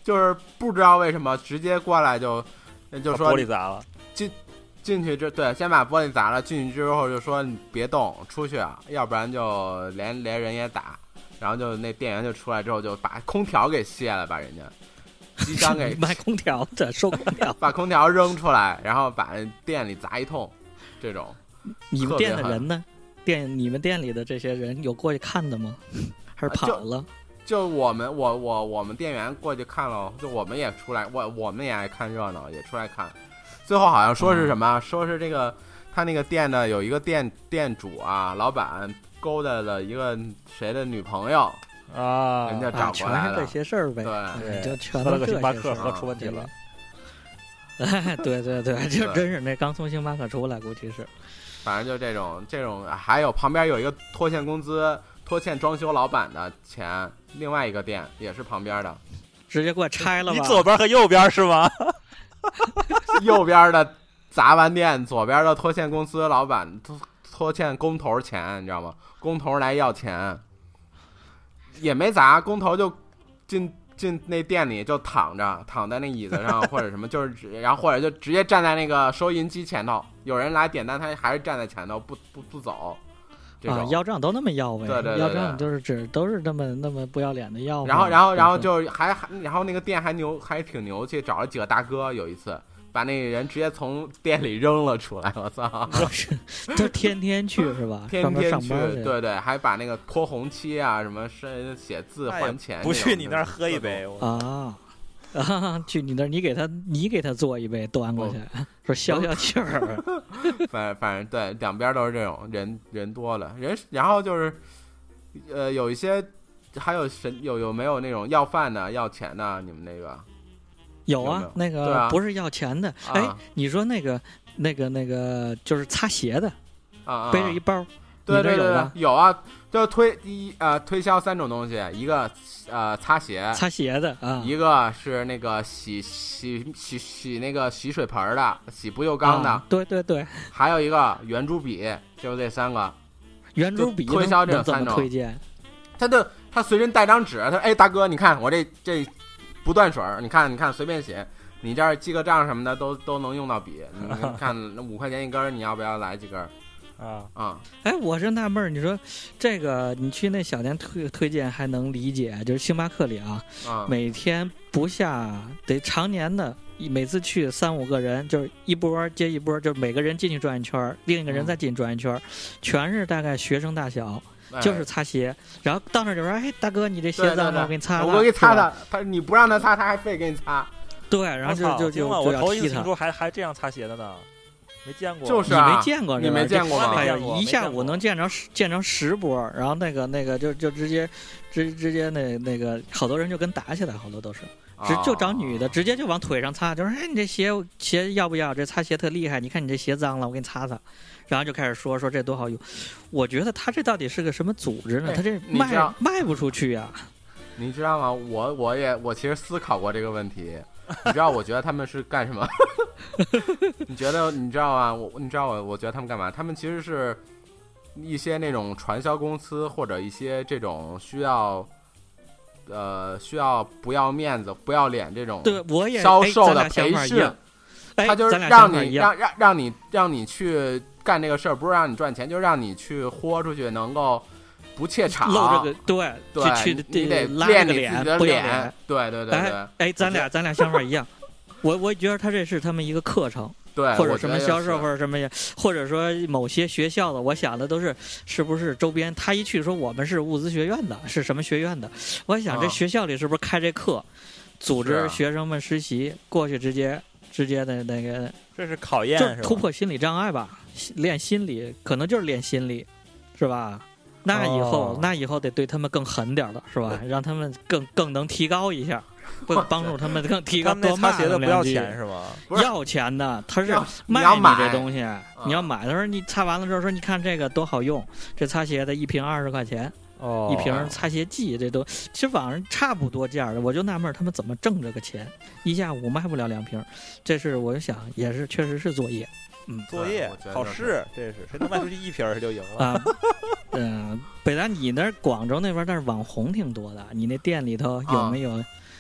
就是不知道为什么直接过来就就说玻璃砸了， 进进去之对，先把玻璃砸了，进去之后就说你别动，出去啊，要不然就连连人也打。然后就那店员就出来之后就把空调给卸了，把人家机箱给卖空调的收空调， 把空调扔出来，然后把店里砸一通，这种。 你们店的人呢？店你们店里的这些人有过去看的吗？还是跑了？ 啊、就, 就我们我我我们店员过去看了，就我们也出来，我我们也爱看热闹，也出来看。最后好像说是什么？嗯、说是这个他那个店的有一个店店主啊，老板。勾搭了一个谁的女朋友啊， 人家找过来了， 啊、全是这些事儿呗， 对， 就全都个星巴克喝出问题了。 哎，对对对，就真是那刚从星巴克出来，估计是。 反正就这种这种，还有旁边有一个拖欠工资、拖欠装修老板的钱，另外一个店也是旁边的， 直接给我拆了吧。 你左边和右边是吗？ 右边的砸完店，左边的拖欠公司老板拖拖欠工头钱，你知道吗？工头来要钱，也没砸，工头就进进那店里就躺着，躺在那椅子上或者什么，就是然后或者就直接站在那个收银机前头，有人来点单，他还是站在前头不不不走。 啊，要账都那么要呗， 对对对对， 要账就是只都是那么那么不要脸的要。 然后然后然后就还还然后那个店还牛还挺牛气，找了几个大哥，有一次。把那个人直接从店里扔了出来，我操！ 就天天去是吧？ 天天去， 去对对，还把那个泼红漆啊，什么是写字还钱， 不去你那儿喝一杯啊啊！去你那儿，你给他你给他做一杯端过去，说消消气儿。 反反正对，两边都是这种人人多了人，然后就是呃有一些还有神有有没有那种要饭的要钱的？你们那个？ 有啊， 有有那个、 啊、 不是要钱的。哎、啊，你说那个、那个、那个，就是擦鞋的， 啊， 背着一包， 对对对， 有啊， 有啊，就推一呃推销三种东西，一个呃擦鞋， 擦鞋的啊， 一个是那个洗洗洗洗那个洗水盆的，洗不锈钢的， 啊、对对对， 还有一个圆珠笔，就这三个。 圆珠笔推销这三种， 推荐， 他就他随身带张纸，他说：“哎，大哥，你看我这这。”不断水，你看，你看，随便写，你这儿记个账什么的都都能用到笔。你看，五块钱一根，你要不要来几根？ 啊啊！ 哎，我是纳闷儿，你说这个你去那小店推推荐还能理解，就是星巴克里啊， 啊每天不下得常年的，每次去三五个人，就是一波接一波，就是每个人进去转一圈，另一个人再进去转一圈，嗯、全是大概学生大小。就是擦鞋，然后到那儿就说：“哎，大哥，你这鞋脏了，我给你擦擦。” 我给你擦擦，他你不让他擦，他还非给你擦。 对，然后就就就我头一次听说还还这样擦鞋的呢，没见过。 就是啊，你没见过， 你没见过吗？ 哎呀，一下午能见着见着十波，然后那个那个就就直接直直接那那个好多人就跟打起来，好多都是。直就找女的，直接就往腿上擦，就说：“哎，你这鞋鞋要不要？这擦鞋特厉害，你看你这鞋脏了，我给你擦擦。”然后就开始说说这多好用。我觉得他这到底是个什么组织呢？ 哎、 他这卖卖不出去呀、啊。 你知道吗？我我也我其实思考过这个问题。你知道我觉得他们是干什么？你觉得你知道吗？我你知道我我觉得他们干嘛？他们其实是一些那种传销公司或者一些这种需要。呃，需要不要面子、不要脸这种对我也销售的培训， 哎、 他就是让你让让让你让你去干这个事儿，不是让你赚钱，就让你去豁出去，能够不怯场， 露这个对对， 去你得拉练你个脸， 自己的脸，对对对对。 哎，哎咱俩咱俩想法一样，我我觉得他这是他们一个课程。 对， 或者什么销售，或者什么，或者说某些学校的，我想的都是是不是周边？他一去说我们是物资学院的，是什么学院的？我想这学校里是不是开这课，啊、组织学生们实习过去，直接直接的那个， 这是考验， 就是突破心理障碍吧？练心理，可能就是练心理，是吧？那以后、 哦、 那以后得对他们更狠点了，是吧？让他们更更能提高一下。会帮助他们更提高，多擦鞋的不要钱是吗？ 要钱的，他是卖你这东西，你要买。他说你擦完了之后说，你看这个多好用，这擦鞋的一瓶二十块钱， 哦， 一瓶擦鞋剂，这都其实网上差不多价的。我就纳闷他们怎么挣这个钱，一下午卖不了两瓶，这是我想也是确实是作业，嗯， 作业考试，这是谁能卖出去一瓶就赢了啊？嗯，北大你那广州那边但是网红挺多的，你那店里头有没有？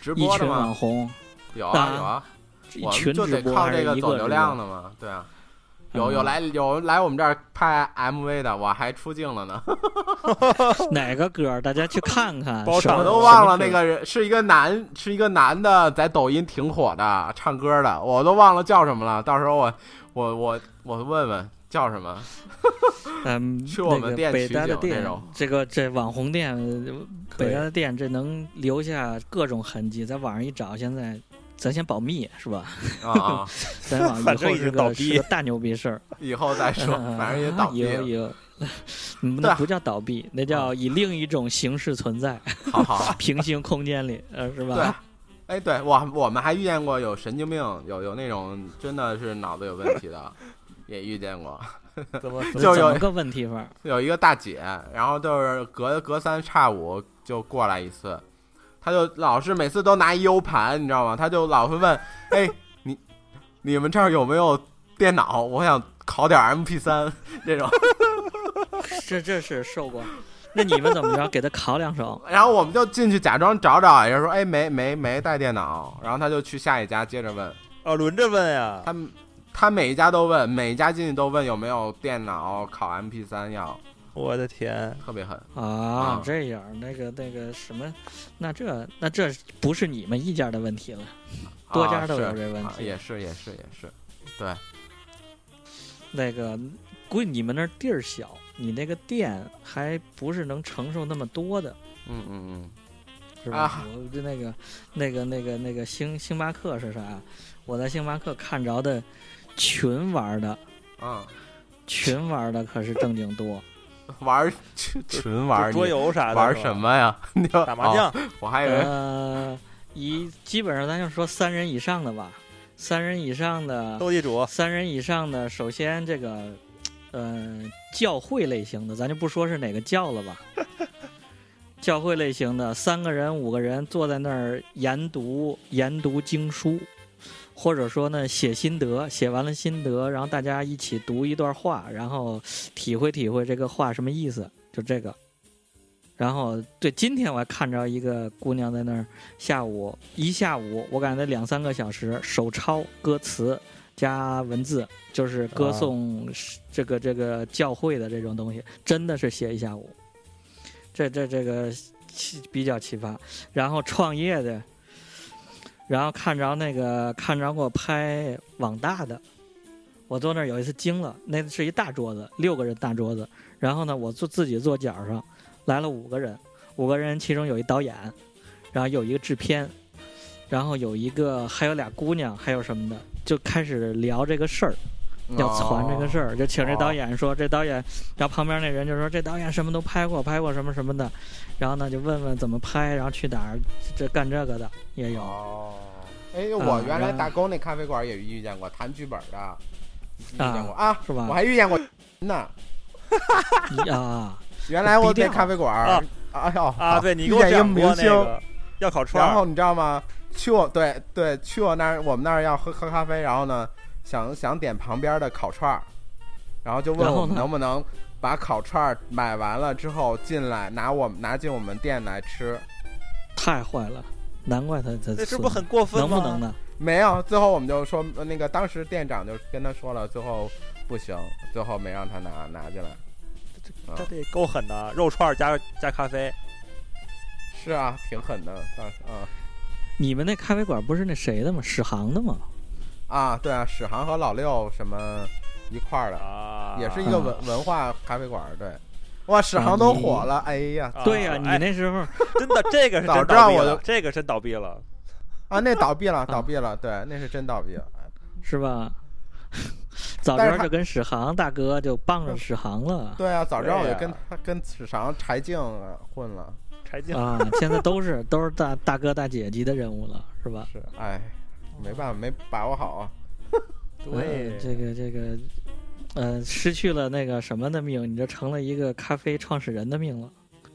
直播的吗？ 一群网红有啊有啊， 一群就得直播靠这个还是一个走流量的嘛，对啊。有有来有来我们这儿拍 M V 的，我还出镜了呢。 哪个歌？大家去看看。 包场我都忘了那个人是一个男，是一个男的，在抖音挺火的，唱歌的，我都忘了叫什么了。到时候我我我我问问叫什么。 嗯， 去我们店那个、北大的取景店， 这种这个这网红店， 可以北大的店，这能留下各种痕迹，在网上一找，现在咱先保密是吧？ 啊啊， 咱网以反正后是已经倒闭个是个大牛逼事儿。 以后再说，反正也倒闭了。 以后以后，嗯对啊那不叫倒闭，那叫以另一种形式存在， 好好， 平行空间里，呃，是吧？ 对，哎，对我我们还遇见过有神经病，有有那种真的是脑子有问题的，也遇见过。 怎么就有怎么个问题法？ 有一个大姐，然后就是隔隔三差五就过来一次，她就老是每次都拿一 U 盘，你知道吗？她就老会问，哎，你你们这儿有没有电脑？我想拷点 M P 三 这种。 这这是受过。那你们怎么着？给他拷两首？ 然后我们就进去假装找找，人说哎没没没带电脑，然后他就去下一家接着问。 哦，轮着问呀。 他他每一家都问，每一家进去都问有没有电脑拷 M P 三要。 我的天， 特别狠啊！ 啊这样，那个那个什么，那这那这不是你们一家的问题了，多家都有这问题。 啊、也是也是也是，对。 那个估计你们那儿地儿小，你那个店还不是能承受那么多的。 嗯嗯嗯。 是吧？啊、我就那个那个那个那个星星巴克是啥？我在星巴克看着的群玩的， 嗯， 群玩的可是正经多。 玩群群玩桌游啥的， 玩什么呀？你打麻将、 哦？我还以为呃，一基本上咱就说三人以上的吧，三人以上的斗地主， 三人以上的，首先这个呃教会类型的，咱就不说是哪个教了吧。教会类型的，三个人、五个人坐在那儿研读研读经书，或者说呢写心得，写完了心得，然后大家一起读一段话，然后体会体会这个话什么意思，就这个。然后对，今天我还看着一个姑娘在那儿，下午一下午，我感觉两三个小时，手抄歌词加文字，就是歌颂这个这个教会的这种东西，真的是写一下午。这这这个比较奇葩，然后创业的，然后看着那个看着给我拍网大的，我坐那儿有一次惊了，那是一大桌子，六个人大桌子，然后呢，我坐自己坐角上，来了五个人，五个人其中有一导演，然后有一个制片，然后有一个还有俩姑娘，还有什么的，就开始聊这个事儿。要传这个事儿，就请这导演说，这导演，然后旁边那人就说，这导演什么都拍过，拍过什么什么的，然后呢就问问怎么拍，然后去哪儿，这干这个的也有。 哦，哎，我原来打工那咖啡馆也遇见过谈剧本的，遇见过啊， 是吧？ 我还遇见过呢。 啊， 原来我在咖啡馆啊，哎呦啊，对你给我讲过那个要烤串， 然后你知道吗？去我对对去我那儿，我们那儿要喝喝咖啡，然后呢。想想点旁边的烤串，然后就问我们能不能把烤串买完了之后进来拿我们拿进我们店来吃。 太坏了，难怪他他这是不是很过分吗？ 能不能呢？ 没有，最后我们就说那个当时店长就跟他说了，最后不行，最后没让他拿拿进来。 这这得够狠的，肉串加加咖啡。 是啊，挺狠的，当时啊。 你们那咖啡馆不是那谁的吗？史航的吗？ 啊，对啊，史航和老六什么一块儿的， 啊， 也是一个文、啊、文化咖啡馆。对，哇，史航都火了，啊、哎呀， 对呀、啊，你那时候、 哎、真的这个是真早知道我就这个真倒闭了啊，那倒闭了，倒闭了，对，那是真倒闭了， 是吧？早知道就跟史航大哥就帮着史航了。 对啊，早知道我就跟他跟史航柴静混了， 柴静啊，现在都是都是大大哥大姐级的人物了，是吧？ 是，哎。没办法，没把握好啊。 对、 呃，这个这个，呃，失去了那个什么的命，你就成了一个咖啡创始人的命了，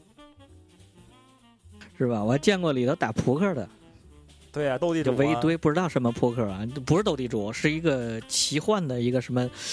是吧？我还见过里头打扑克的。 对呀、啊，斗地主、啊、 就围一堆不知道什么扑克啊，不是斗地主，是一个奇幻的一个什么，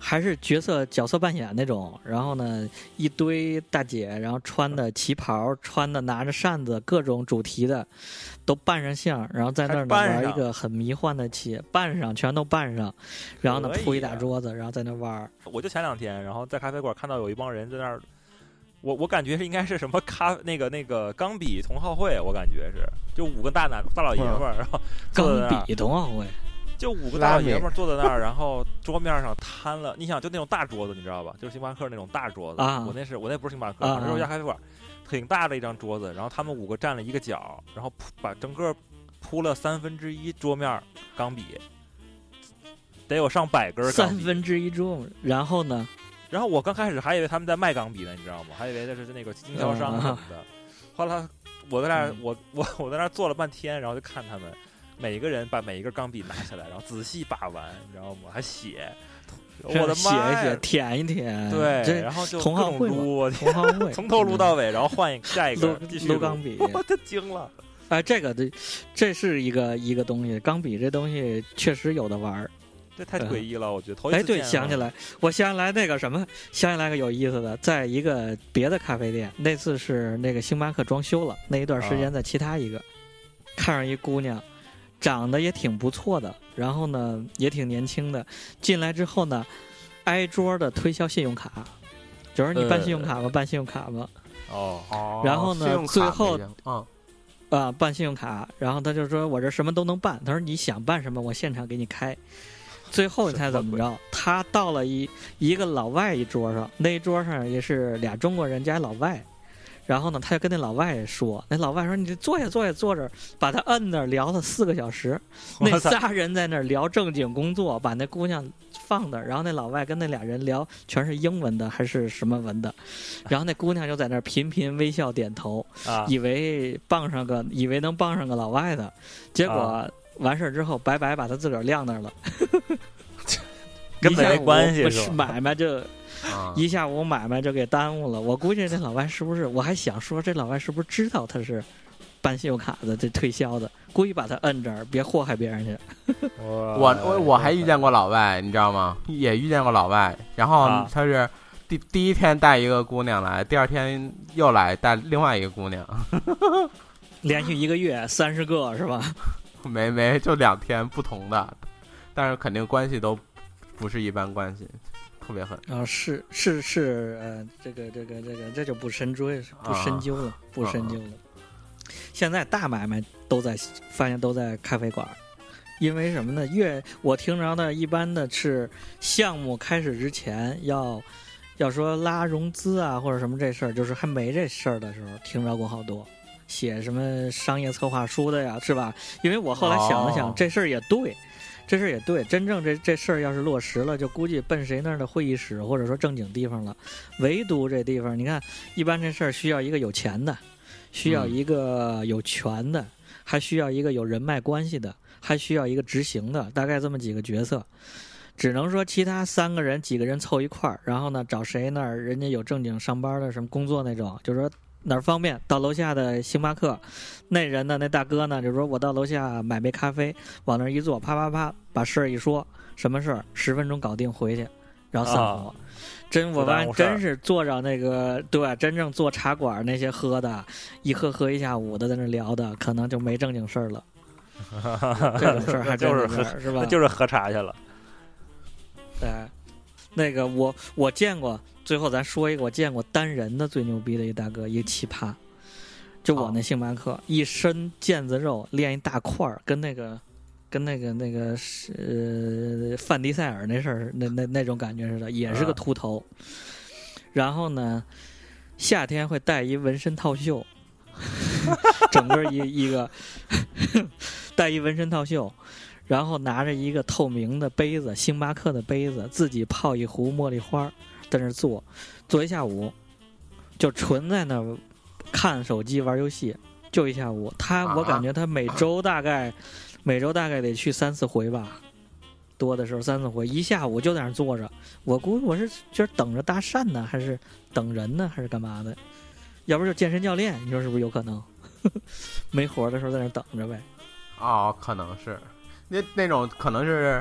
还是角色角色扮演那种，然后呢，一堆大姐，然后穿的旗袍，穿的拿着扇子，各种主题的，都扮上相，然后在那儿玩一个很迷幻的棋，扮上全都扮上，然后呢铺一大桌子，然后在那玩。 我就前两天，然后在咖啡馆看到有一帮人在那儿，我我感觉是应该是什么咖那个那个钢笔同好会，我感觉是就五个大男大老爷们儿，然后钢笔同好会。 就五个大老爷们儿坐在那儿，然后桌面上摊了，你想就那种大桌子，你知道吧？就是星巴克那种大桌子。 啊、 我那是我那不是星巴克，我、啊、那是一家咖啡馆，挺大的一张桌子，然后他们五个占了一个角，然后铺把整个铺了三分之一桌面钢笔，得有上百根钢笔。 三分之一重，然后呢？ 然后我刚开始还以为他们在卖钢笔呢，你知道吗？还以为这是那个经销商什么的。啊、后来我在那儿，我我我在那儿坐了半天，然后就看他们。每个人把每一根钢笔拿下来，然后仔细把玩，你知道吗？还写，我的妈， 写一写，舔一舔， 对，然后就同好会撸， 同好会， 从头撸到尾，然后换一个下一个继续撸钢笔， 我都惊了。 哎，这个这这是一个一个东西，钢笔这东西确实有的玩， 这太诡异了，嗯、我觉得头一次。 哎，对，想起来，我想起来那个什么，想起来个有意思的，在一个别的咖啡店，那次是那个星巴克装修了，那一段时间在其他一个，啊、看上一姑娘。长得也挺不错的，然后呢也挺年轻的。进来之后呢，挨桌的推销信用卡，就是你办信用卡吗？呃、办信用卡吗？ 哦。 然后呢，最后嗯啊办信用卡，然后他就说我这什么都能办，他说你想办什么我现场给你开。最后你猜怎么着？他到了一一个老外一桌上，那一桌上也是俩中国人加老外。然后呢，他就跟那老外说，那老外说：“你坐下，坐下，坐这儿。”把他摁那儿聊了四个小时。那仨人在那儿聊正经工作，把那姑娘放那儿。然后那老外跟那俩人聊，全是英文的还是什么文的。然后那姑娘就在那儿频频微笑点头， 啊、 以为傍上个，以为能傍上个老外的。结果完事儿之后，白白把他自个儿晾那儿了， 根本没关系是吧？ 买卖就。一下午买卖就给耽误了，我估计这老外是不是？我还想说，这老外是不是知道他是办信用卡的，这推销的，故意把他摁这儿，别祸害别人去。 我我我还遇见过老外，你知道吗？也遇见过老外，然后他是第第一天带一个姑娘来，第二天又来带另外一个姑娘， 连续一个月三十个是吧？ 没没，就两天不同的，但是肯定关系都不是一般关系。特别狠啊、哦！是是是，呃，这个这个这个这就不深追，不深究了，啊、不深究了。啊、现在大买卖都在，发现都在咖啡馆，因为什么呢？越我听着的，一般的是项目开始之前要要说拉融资啊，或者什么这事儿，就是还没这事儿的时候，听着过好多写什么商业策划书的呀，是吧？因为我后来想了想，哦、这事儿也对。这事儿也对，真正这这事儿要是落实了，就估计奔谁那儿的会议室或者说正经地方了。唯独这地方，你看，一般这事儿需要一个有钱的，需要一个有权的，嗯、还需要一个有人脉关系的，还需要一个执行的，大概这么几个角色。只能说其他三个人、几个人凑一块儿，然后呢找谁那儿人家有正经上班的什么工作那种，就是说。哪儿方便到楼下的星巴克，那人呢？那大哥呢？就是说我到楼下买杯咖啡，往那儿一坐，啪啪啪，把事儿一说，什么事儿，十分钟搞定，回去，然后散伙。啊、真我发现真是坐着那个对，真正坐茶馆那些喝的，一喝喝一下午的，在那聊的，可能就没正经事儿了。这种事儿还真是喝是吧？ 就是喝茶去了。 对，那个我我见过。最后咱说一个我见过单人的最牛逼的一大哥，一个奇葩，就我那星巴克，哦、一身腱子肉练一大块儿，跟那个跟那个那个呃范迪塞尔那事儿那那那种感觉似的，也是个秃头。啊、然后呢，夏天会戴一纹身套袖，整个一一个戴一纹身套袖。然后拿着一个透明的杯子，星巴克的杯子，自己泡一壶茉莉花。在那坐，坐一下午，就纯在那儿看手机玩游戏，就一下午。他我感觉他每周大概、啊、每周大概得去三四回吧，多的时候三四回，一下午就在那儿坐着。我估计我是就是等着搭讪呢，还是等人呢，还是干嘛的？要不就健身教练，你说是不是有可能？没活的时候在那儿等着呗。 哦，可能是那那种可能是。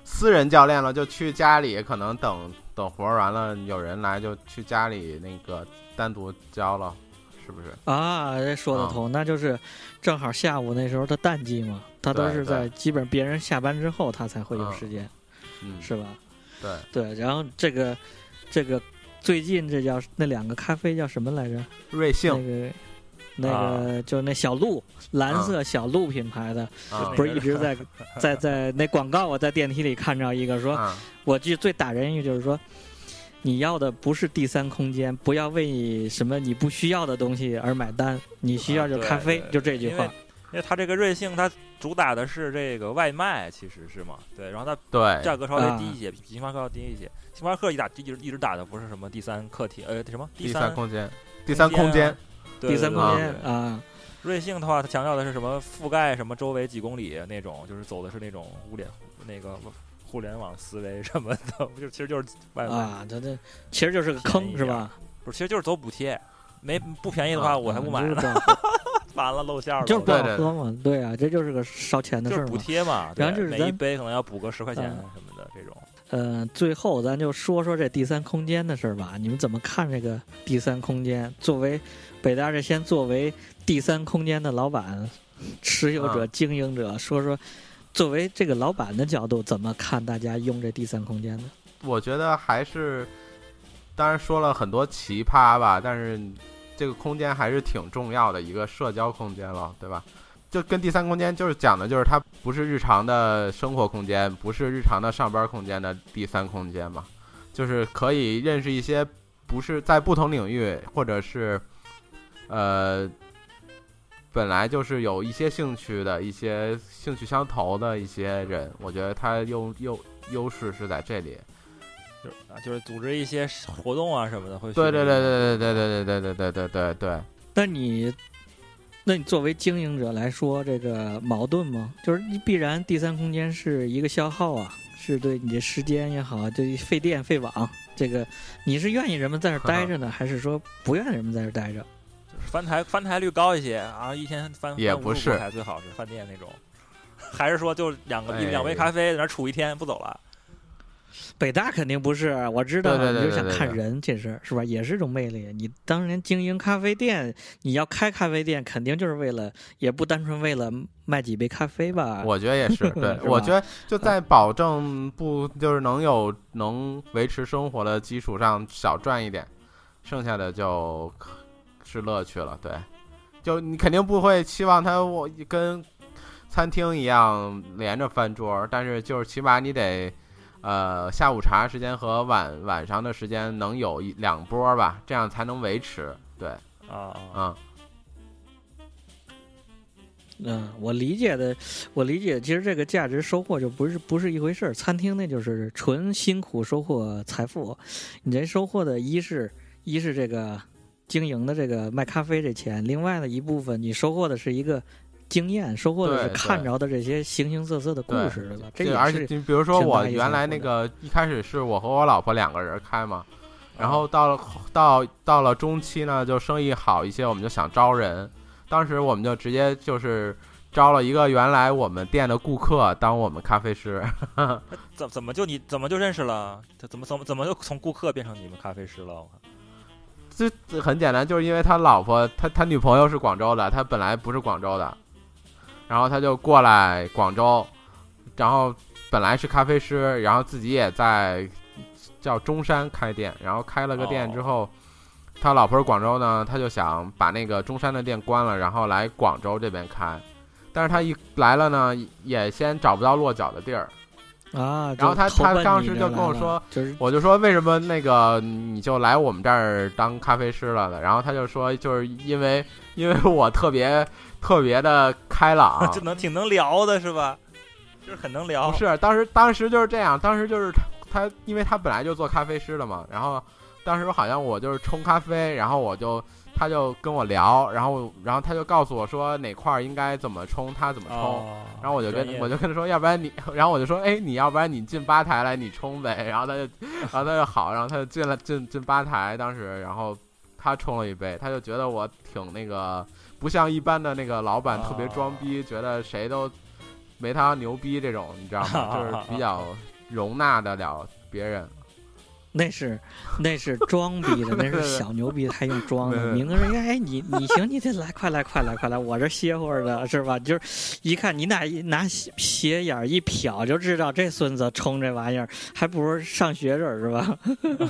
私人教练了，就去家里，可能等等活完了，有人来就去家里那个单独教了，是不是？ 啊，这说得通，嗯、那就是正好下午那时候的淡季嘛，他都是在基本别人下班之后他才会有时间， 嗯， 是吧？ 对对，然后这个这个最近这叫那两个咖啡叫什么来着？ 瑞幸。 那个。那个、啊、就那小鹿，蓝色小鹿品牌的， 啊、 不是一直在在在那广告，我在电梯里看着一个说， 啊、 我记得最打人一句就是说，你要的不是第三空间，不要为什么你不需要的东西而买单，你需要就咖啡， 啊、 就这句话。 因为, 因为它这个瑞幸，它主打的是这个外卖，其实是嘛，对，然后它对价格稍微低一些，比星巴克要低一些。星巴克一打一直一直打的不是什么第三客体，呃，什么第三空间，第三空间。 对第三空间啊， 瑞幸的话，它强调的是什么覆盖什么周围几公里那种，就是走的是那种物联那个互联网思维什么的，就其实就是外卖啊，它这其实就是个坑是吧？ 不是，其实就是走补贴，没不便宜的话我还不买呢，完了露馅了， 就是不好喝嘛，对啊，这就是个烧钱的事儿嘛， 就是补贴嘛， 然后就是每一杯可能要补个十块钱什么的这种。 呃，最后咱就说说这第三空间的事儿吧。你们怎么看这个第三空间？作为北大这先作为第三空间的老板、持有者、经营者， 嗯、 说说作为这个老板的角度，怎么看大家用这第三空间的？ 我觉得还是，当然说了很多奇葩吧，但是这个空间还是挺重要的一个社交空间了，对吧？就跟第三空间就是讲的，就是它不是日常的生活空间，不是日常的上班空间的第三空间嘛，就是可以认识一些不是在不同领域或者是呃本来就是有一些兴趣的一些兴趣相投的一些人，我觉得它优优优势是在这里， 就是啊，就是组织一些活动啊什么的，会对对对对对对对对对对对对对。 但你。那你作为经营者来说，这个矛盾吗？就是你必然第三空间是一个消耗啊，是对你的时间也好，这费电费网，这个你是愿意人们在这待着呢，还是说不愿意人们在这待着？ 就是翻台翻台率高一些啊，一天翻也不是台最好是饭店那种，还是说就两个、 哎、 两杯咖啡在那杵一天不走了？ 北大肯定不是，我知道， 对对对对对对你就想看人，这事是吧？也是一种魅力。你当年经营咖啡店，你要开咖啡店，肯定就是为了，也不单纯为了卖几杯咖啡吧？ 我觉得也是，对，是我觉得就在保证不就是能有能维持生活的基础上少赚一点，剩下的就是乐趣了。对，就你肯定不会期望它我跟餐厅一样连着翻桌，但是就是起码你得。呃，下午茶时间和晚晚上的时间能有一两波吧，这样才能维持。对， 啊啊， 嗯，我理解的，我理解，其实这个价值收获就不是不是一回事儿。餐厅那就是纯辛苦收获财富，你这收获的一是一是这个经营的这个卖咖啡这钱，另外的一部分你收获的是一个。经验收获的是看着的这些形形色色的故事，对吧？这也是而且比如说我原来那个一开始是我和我老婆两个人开嘛，然后到了到到了中期呢，就生意好一些，我们就想招人，当时我们就直接就是招了一个原来我们店的顾客当我们咖啡师。 怎怎么就你怎么就认识了？怎么怎么怎么就从顾客变成你们咖啡师了？我看。 这很简单，就是因为他老婆他他女朋友是广州的，他本来不是广州的。然后他就过来广州，然后本来是咖啡师，然后自己也在叫中山开店，然后开了个店之后， oh. 他老婆是广州呢，他就想把那个中山的店关了，然后来广州这边开，但是他一来了呢，也先找不到落脚的地儿啊， 然后他他当时就跟我说， 就是我就说为什么那个你就来我们这儿当咖啡师了的，然后他就说就是因为因为我特别。特别的开朗， 就能挺能聊的是吧？就是很能聊。 不是，当时当时就是这样，当时就是他，因为他本来就做咖啡师的嘛，然后当时好像我就是冲咖啡，然后我就他就跟我聊，然后然后他就告诉我说哪块应该怎么冲，他怎么冲， 哦、 然后我就跟我就跟他说，要不然你，然后我就说，哎，你要不然你进吧台来你冲呗，然后他就然后他就好，然后他就进了进进吧台，当时然后他冲了一杯，他就觉得我挺那个。不像一般的那个老板特别装逼，觉得谁都没他牛逼这种，你知道吗？就是比较容纳得了别人。 那是那是装逼的，那是小牛逼的，还用装的。明哥说：“哎，你你行，你得来，快来，快来，快来！我这歇会儿的是吧？就是一看你拿拿斜眼一瞟就知道这孙子冲这玩意儿，还不如上学这儿是吧？”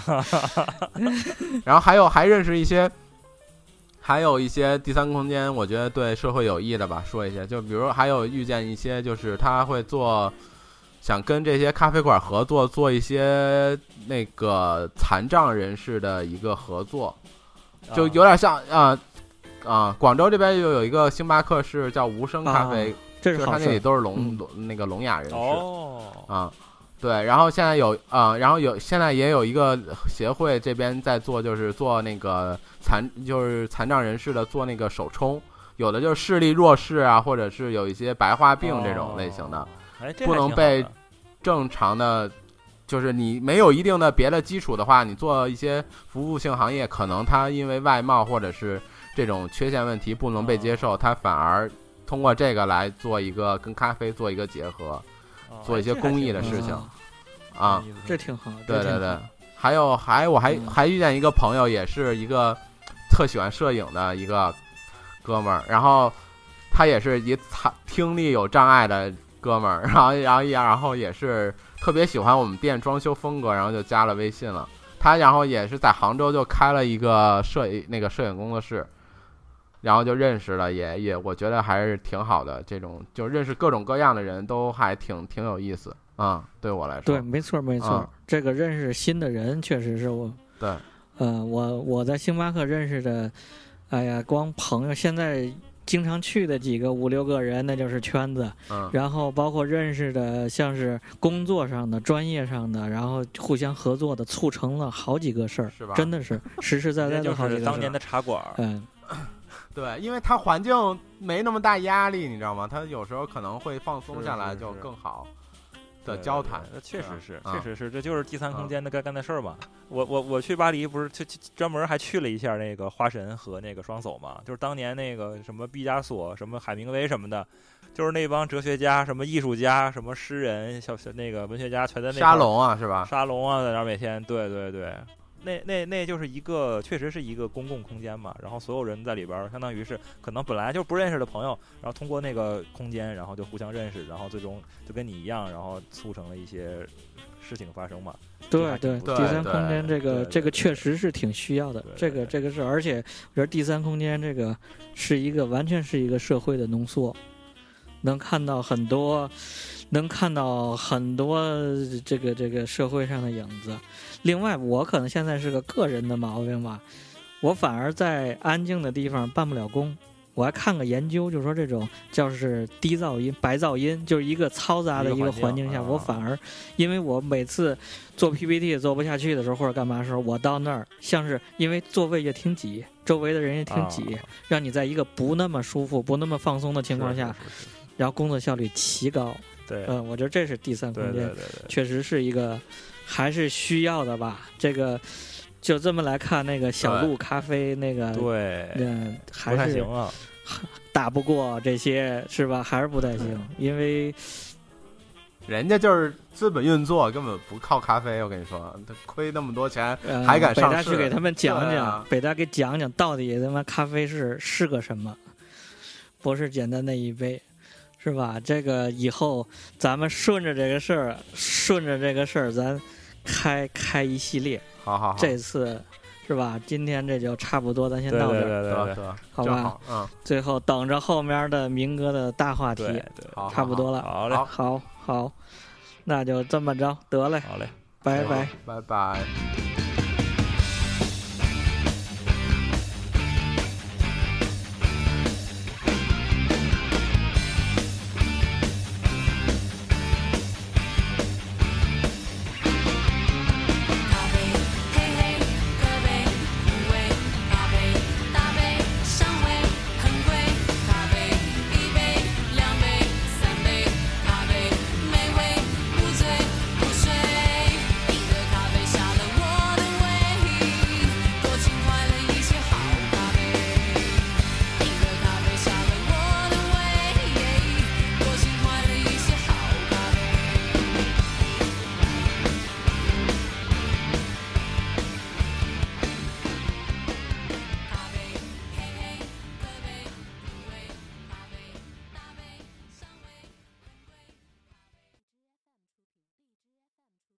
然后还有还认识一些，还有一些第三空间，我觉得对社会有益的吧，说一些，就比如还有遇见一些，就是他会做。想跟这些咖啡馆合作，做一些那个残障人士的一个合作，就有点像啊啊，广州这边又有一个星巴克是叫无声咖啡， 啊、这是就是他那里都是聋、嗯、那个聋哑人士哦啊，对，然后现在有啊，然后有现在也有一个协会这边在做，就是做那个残就是残障人士的做那个手冲，有的就是视力弱势啊，或者是有一些白化病这种类型的。 哦哎、 不能被正常的，就是你没有一定的别的基础的话，你做一些服务性行业，可能它因为外貌或者是这种缺陷问题不能被接受，它反而通过这个来做一个跟咖啡做一个结合，做一些公益的事情啊， 这挺好。 对对对，还有还我还还遇见一个朋友，也是一个特喜欢摄影的一个哥们儿，然后他也是一听力有障碍的哥们儿，然后然后然后也是特别喜欢我们店装修风格，然后就加了微信了。他然后也是在杭州就开了一个摄那个摄影工作室，然后就认识了，也也我觉得还是挺好的。这种就认识各种各样的人都还挺挺有意思啊、嗯，对我来说。 对，没错没错、嗯，这个认识新的人确实是我对， 呃，我我在星巴克认识的，哎呀，光朋友现在。经常去的几个五六个人，那就是圈子。 嗯， 然后包括认识的，像是工作上的、专业上的，然后互相合作的，促成了好几个事儿， 是吧？ 真的是实实在在的好几个事儿。 就是当年的茶馆。 嗯， 对，因为它环境没那么大压力，你知道吗？它有时候可能会放松下来，就更好的交谈。 那确实是， 嗯、 确实是，这就是第三空间的该干的事儿嘛。嗯、我我我去巴黎不是去专门还去了一下那个花神和那个双叟嘛，就是当年那个什么毕加索、什么海明威什么的，就是那帮哲学家、什么艺术家、什么诗人、小小那个文学家全在那沙龙啊，是吧？ 沙龙啊，在那儿每天，对对对。那那那就是一个，确实是一个公共空间嘛，然后所有人在里边，相当于是可能本来就不认识的朋友，然后通过那个空间，然后就互相认识，然后最终就跟你一样，然后促成了一些事情发生嘛。 对对， 对第三空间这个这个确实是挺需要的，这个这个是，而且我觉得第三空间这个是一个完全是一个社会的浓缩，能看到很多。能看到很多这个这个社会上的影子。另外，我可能现在是个个人的毛病吧，我反而在安静的地方办不了工。我还看个研究，就说这种就是低噪音、白噪音，就是一个嘈杂的一个环境下，我反而，因为我每次做 P P T 做不下去的时候，或者干嘛的时候，我到那儿，像是因为座位也挺挤，周围的人也挺挤，啊、让你在一个不那么舒服、不那么放松的情况下，然后工作效率奇高。 对， 嗯，我觉得这是第三空间， 对对对对， 确实是一个还是需要的吧。这个就这么来看，那个小鹿咖啡那个， 对， 嗯，还是行啊， 打不过这些是吧？还是不太行，因为人家就是资本运作，根本不靠咖啡。我跟你说，他亏那么多钱，还敢上市。 北大去给他们讲讲， 啊、 北大给讲讲到底他妈咖啡是是个什么，不是简单的一杯。是吧？这个以后咱们顺着这个事儿，顺着这个事儿，咱开开一系列。 好好好， 这次是吧？今天这就差不多，咱先到这儿， 对对对对， 好吧？ 好嗯， 最后等着后面的明哥的大话题， 对对， 差不多了。 好嘞， 好好，那就这么着，得嘞， 好嘞， 拜拜， 拜拜。